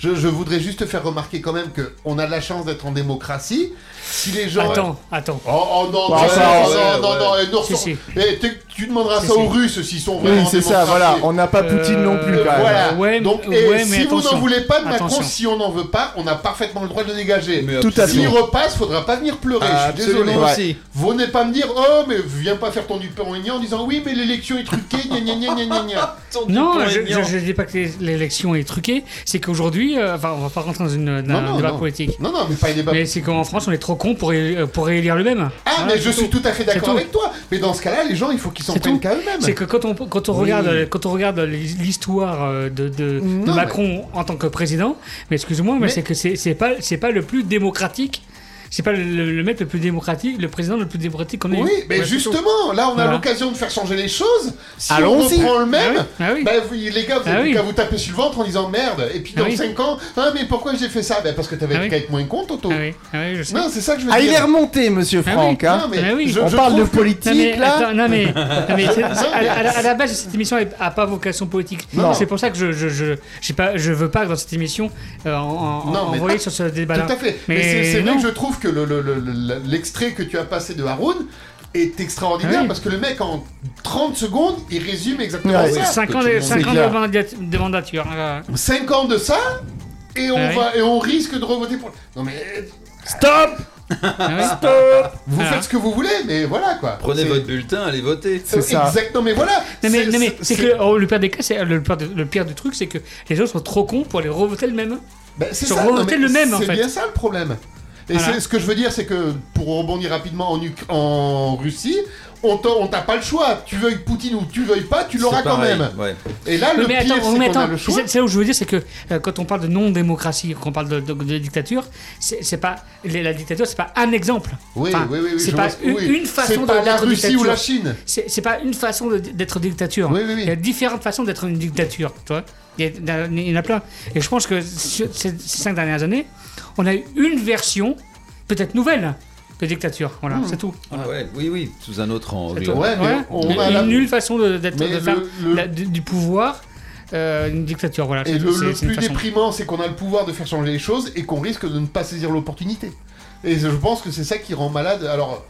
je, je voudrais juste faire remarquer quand même qu'on a de la chance d'être en démocratie. Si les gens... Attends, attends. Oh, oh non, Bah, non, ça, non, ouais, non, ouais. non, non, non, Si, non, si. eh, tu- tu demanderas Si, ça si. aux Russes s'ils sont vraiment Oui, en c'est ça, démocratie. voilà. On n'a pas Poutine non plus, Euh, quand même. Voilà. Ouais, Donc, mais- et ouais, mais si vous attention. n'en voulez pas de Macron, Attention. si on n'en veut pas, on a parfaitement le droit de le dégager. Mais Tout à S'il fait. repasse, faudra pas venir pleurer. Ah, je suis désolé. absolument Ouais. aussi. Vous n'allez pas me dire, oh, mais viens pas faire ton dupont-aignan en disant oui, mais l'élection est truquée, gna gna gna gna gna gna. Non, Ton je, Dupont-Aignan. je, je dis pas que l'élection est truquée, c'est qu'aujourd'hui, euh, enfin, on va pas rentrer dans une, dans Non, un non, débat non. politique. Non, non, mais pas un débat. Mais c'est qu'en France, on est trop con pour, é- pour réélire le même. Ah, Voilà, mais je c'est suis tout à fait C'est d'accord tout. avec toi. Mais dans ce cas-là, les gens, il faut qu'ils s'en C'est prennent tout. qu'à eux-mêmes. C'est que quand on, quand on Oui. regarde, quand on regarde l'histoire euh, de, de, de Non, Macron en tant que président, mais excuse-moi, mais, Mais- c'est que c'est c'est pas, c'est pas le plus démocratique. C'est pas le, le, le mec le plus démocratique, le président le plus démocratique qu'on ait eu. Oui, mais Ouais, c'est justement, là, on a Voilà. l'occasion de faire changer les choses. Si on Allons-y. reprend le même, Ah oui, ah oui. bah, vous- les gars, vous Ah avez oui. qu'à vous taper sur le ventre en disant merde. Et puis Ah dans oui. cinq ans, ah, mais pourquoi j'ai fait ça? Bah, parce que t'avais Ah oui. qu'à être moins con, Toto. tout. Ah oui, ah oui, je sais. Non, c'est ça que je veux Ah, dire. il est remonté, monsieur Ah oui. Franck. hein. Non, mais Ah oui. je- On je parle de trouve que- politique, Non mais, là. attends, non mais, non, mais c'est- à, à la- à la base cette émission n'a pas vocation politique. Non. C'est pour ça que je je je j'ai pas je veux pas que dans cette émission euh, en, en, Non, mais- envoyer sur ce débat-là. Tout à fait. Mais, Mais c'est c'est vrai non. que je trouve que le- le- le- le- l'extrait que tu as passé de Haroun est extraordinaire Ah oui. parce que le mec en trente secondes il résume exactement Ouais, ça. cinq ans tout de le monde cinq sait ans de clair. mandat- de mandature. euh. cinq ans de ça et on Ah oui. va et on risque de revoter pour. Non mais Stop Ah oui. Stop vous Ah. faites ce que vous voulez mais voilà quoi. Prenez C'est- votre bulletin, allez voter. C'est ça. Exactement mais voilà. Non mais, C'est- non, mais c'est c'est- que oh, le pire des cas, c'est le, pire de- le pire du truc, c'est que les gens sont trop cons pour aller revoter le même. Ben, c'est Sur ça, revoter non, mais le même, en C'est fait. bien ça le problème. Et Voilà. c'est ce que je veux dire, c'est que pour rebondir rapidement en, Uk- en Russie, on t'a on t'a pas le choix. Tu veuilles Poutine ou tu veuilles pas, tu l'auras C'est quand pareil, même. ouais. Et là, Oui, le mais pire, attends, c'est mais qu'on a attends, le choix. c'est c'est là où je veux dire, c'est que euh, quand on parle de non-démocratie, quand on parle de, de- de dictature, c'est c'est pas les- la dictature, c'est pas un exemple. Oui, Enfin, oui, oui, oui, c'est je pas vois ce- une, oui. une façon C'est de- pas la d'être Russie dictature. ou la Chine. C'est c'est pas une façon de- d'être dictature. Oui, oui, oui. Il y a différentes façons d'être une dictature, tu vois. Il y, a, il y en a plein. Et je pense que sur ces ces cinq dernières années, on a eu une version, peut-être nouvelle, de dictature. Voilà, Hmm. c'est tout. Ah ouais, oui, oui, sous un autre angle. C'est tout. Ouais, mais Ouais. on Une- a la- une nulle façon de, d'être, Mais de le- faire le- la- du, du pouvoir, euh, une dictature. Voilà. Et c'est- le, c'est- le c'est une plus façon. déprimant, c'est qu'on a le pouvoir de faire changer les choses et qu'on risque de ne pas saisir l'opportunité. Et je pense que c'est ça qui rend malade. Alors,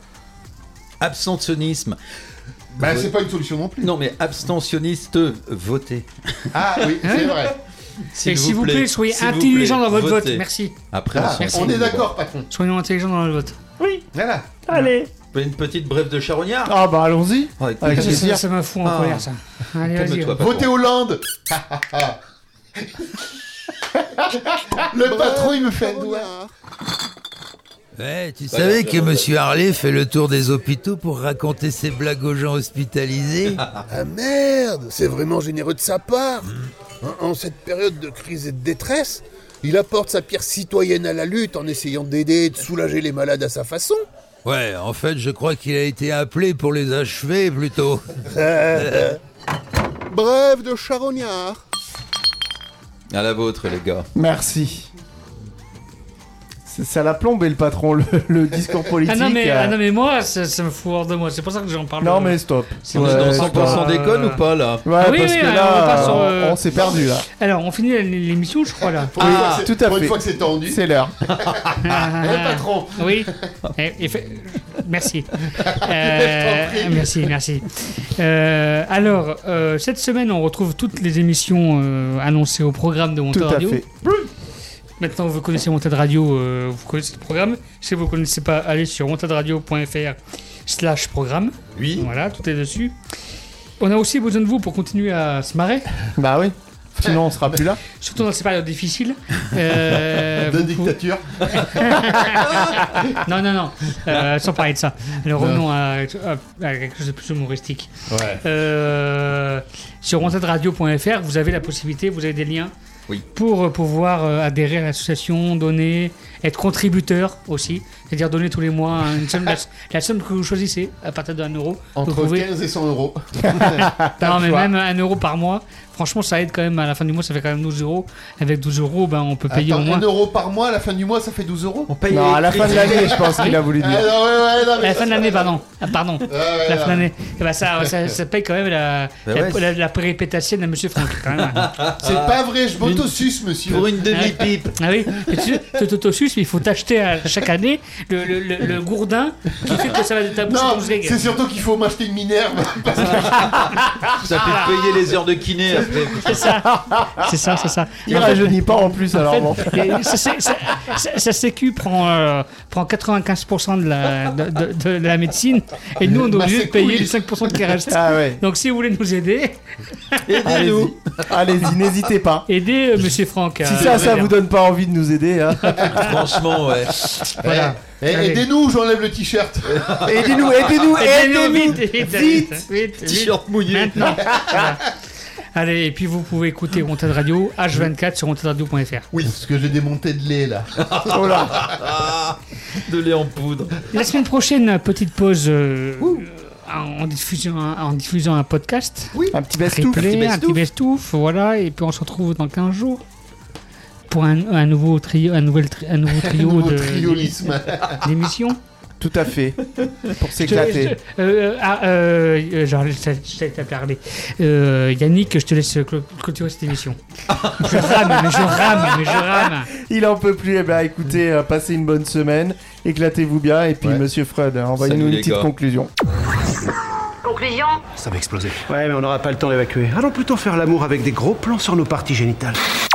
Abstentionnisme. bah, Vo- c'est pas une solution non plus. Non, mais abstentionniste, votez. Ah oui, c'est vrai. Et s'il vous plaît, soyez s'il vous intelligents plaît, dans votre votez. vote. Merci. Après, Ah, on s'en on fout. est d'accord, patron. Soyons intelligents dans le vote. Oui, Voilà. allez. Une petite brève de charognard. Ah bah allons-y. Oh, écoute, Avec Ça, plaisir. ça, ça me fout en Ah. colère, ça. Allez, vas-y. calme-toi, patron. Votez Hollande. Le patron, il me fait un doigt. Ouais, tu savais que Monsieur Harley fait le tour des hôpitaux pour raconter ses blagues aux gens hospitalisés? Ah merde, c'est vraiment généreux de sa part. En, en cette période de crise et de détresse, il apporte sa pierre citoyenne à la lutte en essayant d'aider et de soulager les malades à sa façon. Ouais, en fait, je crois qu'il a été appelé pour les achever, plutôt. Bref de charognard. À la vôtre, les gars. Merci. C'est- Ça l'a plombé le patron, le, le discours politique. Ah non, mais, euh. ah non, mais moi, ça, ça me fout hors de moi. C'est pour ça que j'en parle. Non euh, mais stop. c'est- On est dans Ouais, cent pour cent stop. déconne ou pas, là? Ouais, Ah oui, parce oui, que on là, repart sur, on, euh, on s'est perdu là. Alors, on finit l'émission, je crois, là. Pour une fois Ah, que c'est- tout à pour une fait. fois que c'est tendu. C'est l'heure. Eh, patron. Oui. Et- et fait- Merci. Je Euh, t'en prie. merci, merci. Euh, alors, euh, cette semaine, on retrouve toutes les émissions euh, annoncées au programme de Wanted Tout à Radio. fait. Maintenant, vous connaissez Wanted Radio, euh, vous connaissez le programme. Si vous ne connaissez pas, allez sur wanted radio point f r slash programme. Oui. Voilà, tout est dessus. On a aussi besoin de vous pour continuer à se marrer, Bah oui. Sinon on sera plus là. surtout dans ces périodes difficiles. Euh, De vous- dictature. Non, non, non, euh, sans parler de ça. Alors revenons à, à- à quelque chose de plus humoristique. Ouais. Euh, sur wanted radio point f r, vous avez la possibilité, vous avez des liens Oui. pour euh, pouvoir euh, adhérer à l'association, donner, être contributeur aussi, c'est-à-dire donner tous les mois une somme, la, la somme que vous choisissez à partir d'un euro. Entre vous pouvez... quinze et cent euros. Non, mais même un euro par mois. Franchement, ça aide quand même. À la fin du mois, ça fait quand même douze euros. Avec douze euros, ben, on peut payer Attends, au moins. un euro par mois, à la fin du mois, ça fait douze euros. On paye Non, à la fin de l'année, je pense qu'il a voulu dire. Ah, non, ouais, ouais, non, mais À la fin de l'année, pardon. Ah, pardon. Ah, ouais, la non. fin de l'année. Eh ben, ça, ça, ça paye quand même la, Bah la, ouais, la, la péripétatienne de Monsieur Franck. Quand même. C'est pas vrai, je m'autosuce, monsieur. Pour une demi-pipe. Ah oui, et tu tu t'autosuces, mais il faut t'acheter à chaque année le, le, le, le gourdin qui fait que ça va de ta bouche Non, ton zègue. c'est surtout qu'il faut m'acheter une Minerve. Ça peut te payer les heures de kiné après. C'est ça. C'est ça, c'est ça. Il rajeunit pas en plus, alors bon. Et ça, c'est- ça- ça- Sa sécu prend, euh, prend quatre-vingt-quinze pour cent de la, de, de- de la médecine et nous on est Bah, obligé c'est de payer cool. les cinq pour cent qui restent. Ah ouais. Donc si vous voulez nous aider, Allez-y, allez-y, n'hésitez pas. aidez euh, Monsieur Franck. Si ça, ça vous donne pas envie de nous aider, hein. Franchement, ouais. Voilà. Eh, Allez. aidez-nous, j'enlève le t-shirt. Aidez-nous, aidez-nous, Aidez-nous aidez-nous. vite, vite, Vite. vite, vite, vite. T-shirt mouillé. Maintenant. Voilà. Allez, et puis vous pouvez écouter Wanted Radio H vingt-quatre sur wanted radio point f r. Oui, parce que j'ai démonté de lait là. Oh là. De lait en poudre. La semaine prochaine, petite pause euh, en, en diffusant, en diffusant un podcast. Oui. Un petit best-of. Replay, un petit best-of, voilà, et puis on se retrouve dans quinze jours pour un, un nouveau trio, un nouvel tri- un nouveau trio Nouveau de triolisme. d'émissions. Tout à fait. Pour Je- s'éclater. je- euh, ah, euh, euh, genre, je t'ai- je t'ai parlé. Euh, Yannick, je te laisse clo- clôturer cette émission. Je rame, mais je rame, mais je rame. Il en peut plus. Eh ben, écoutez, euh, passez une bonne semaine. Éclatez-vous bien. Et puis, Ouais. Monsieur Freud, envoyez-nous Salut, une les petite gars. conclusion. Conclusion? Ça va exploser. Ouais, mais on n'aura pas le temps d'évacuer. Allons plutôt faire l'amour avec des gros plans sur nos parties génitales.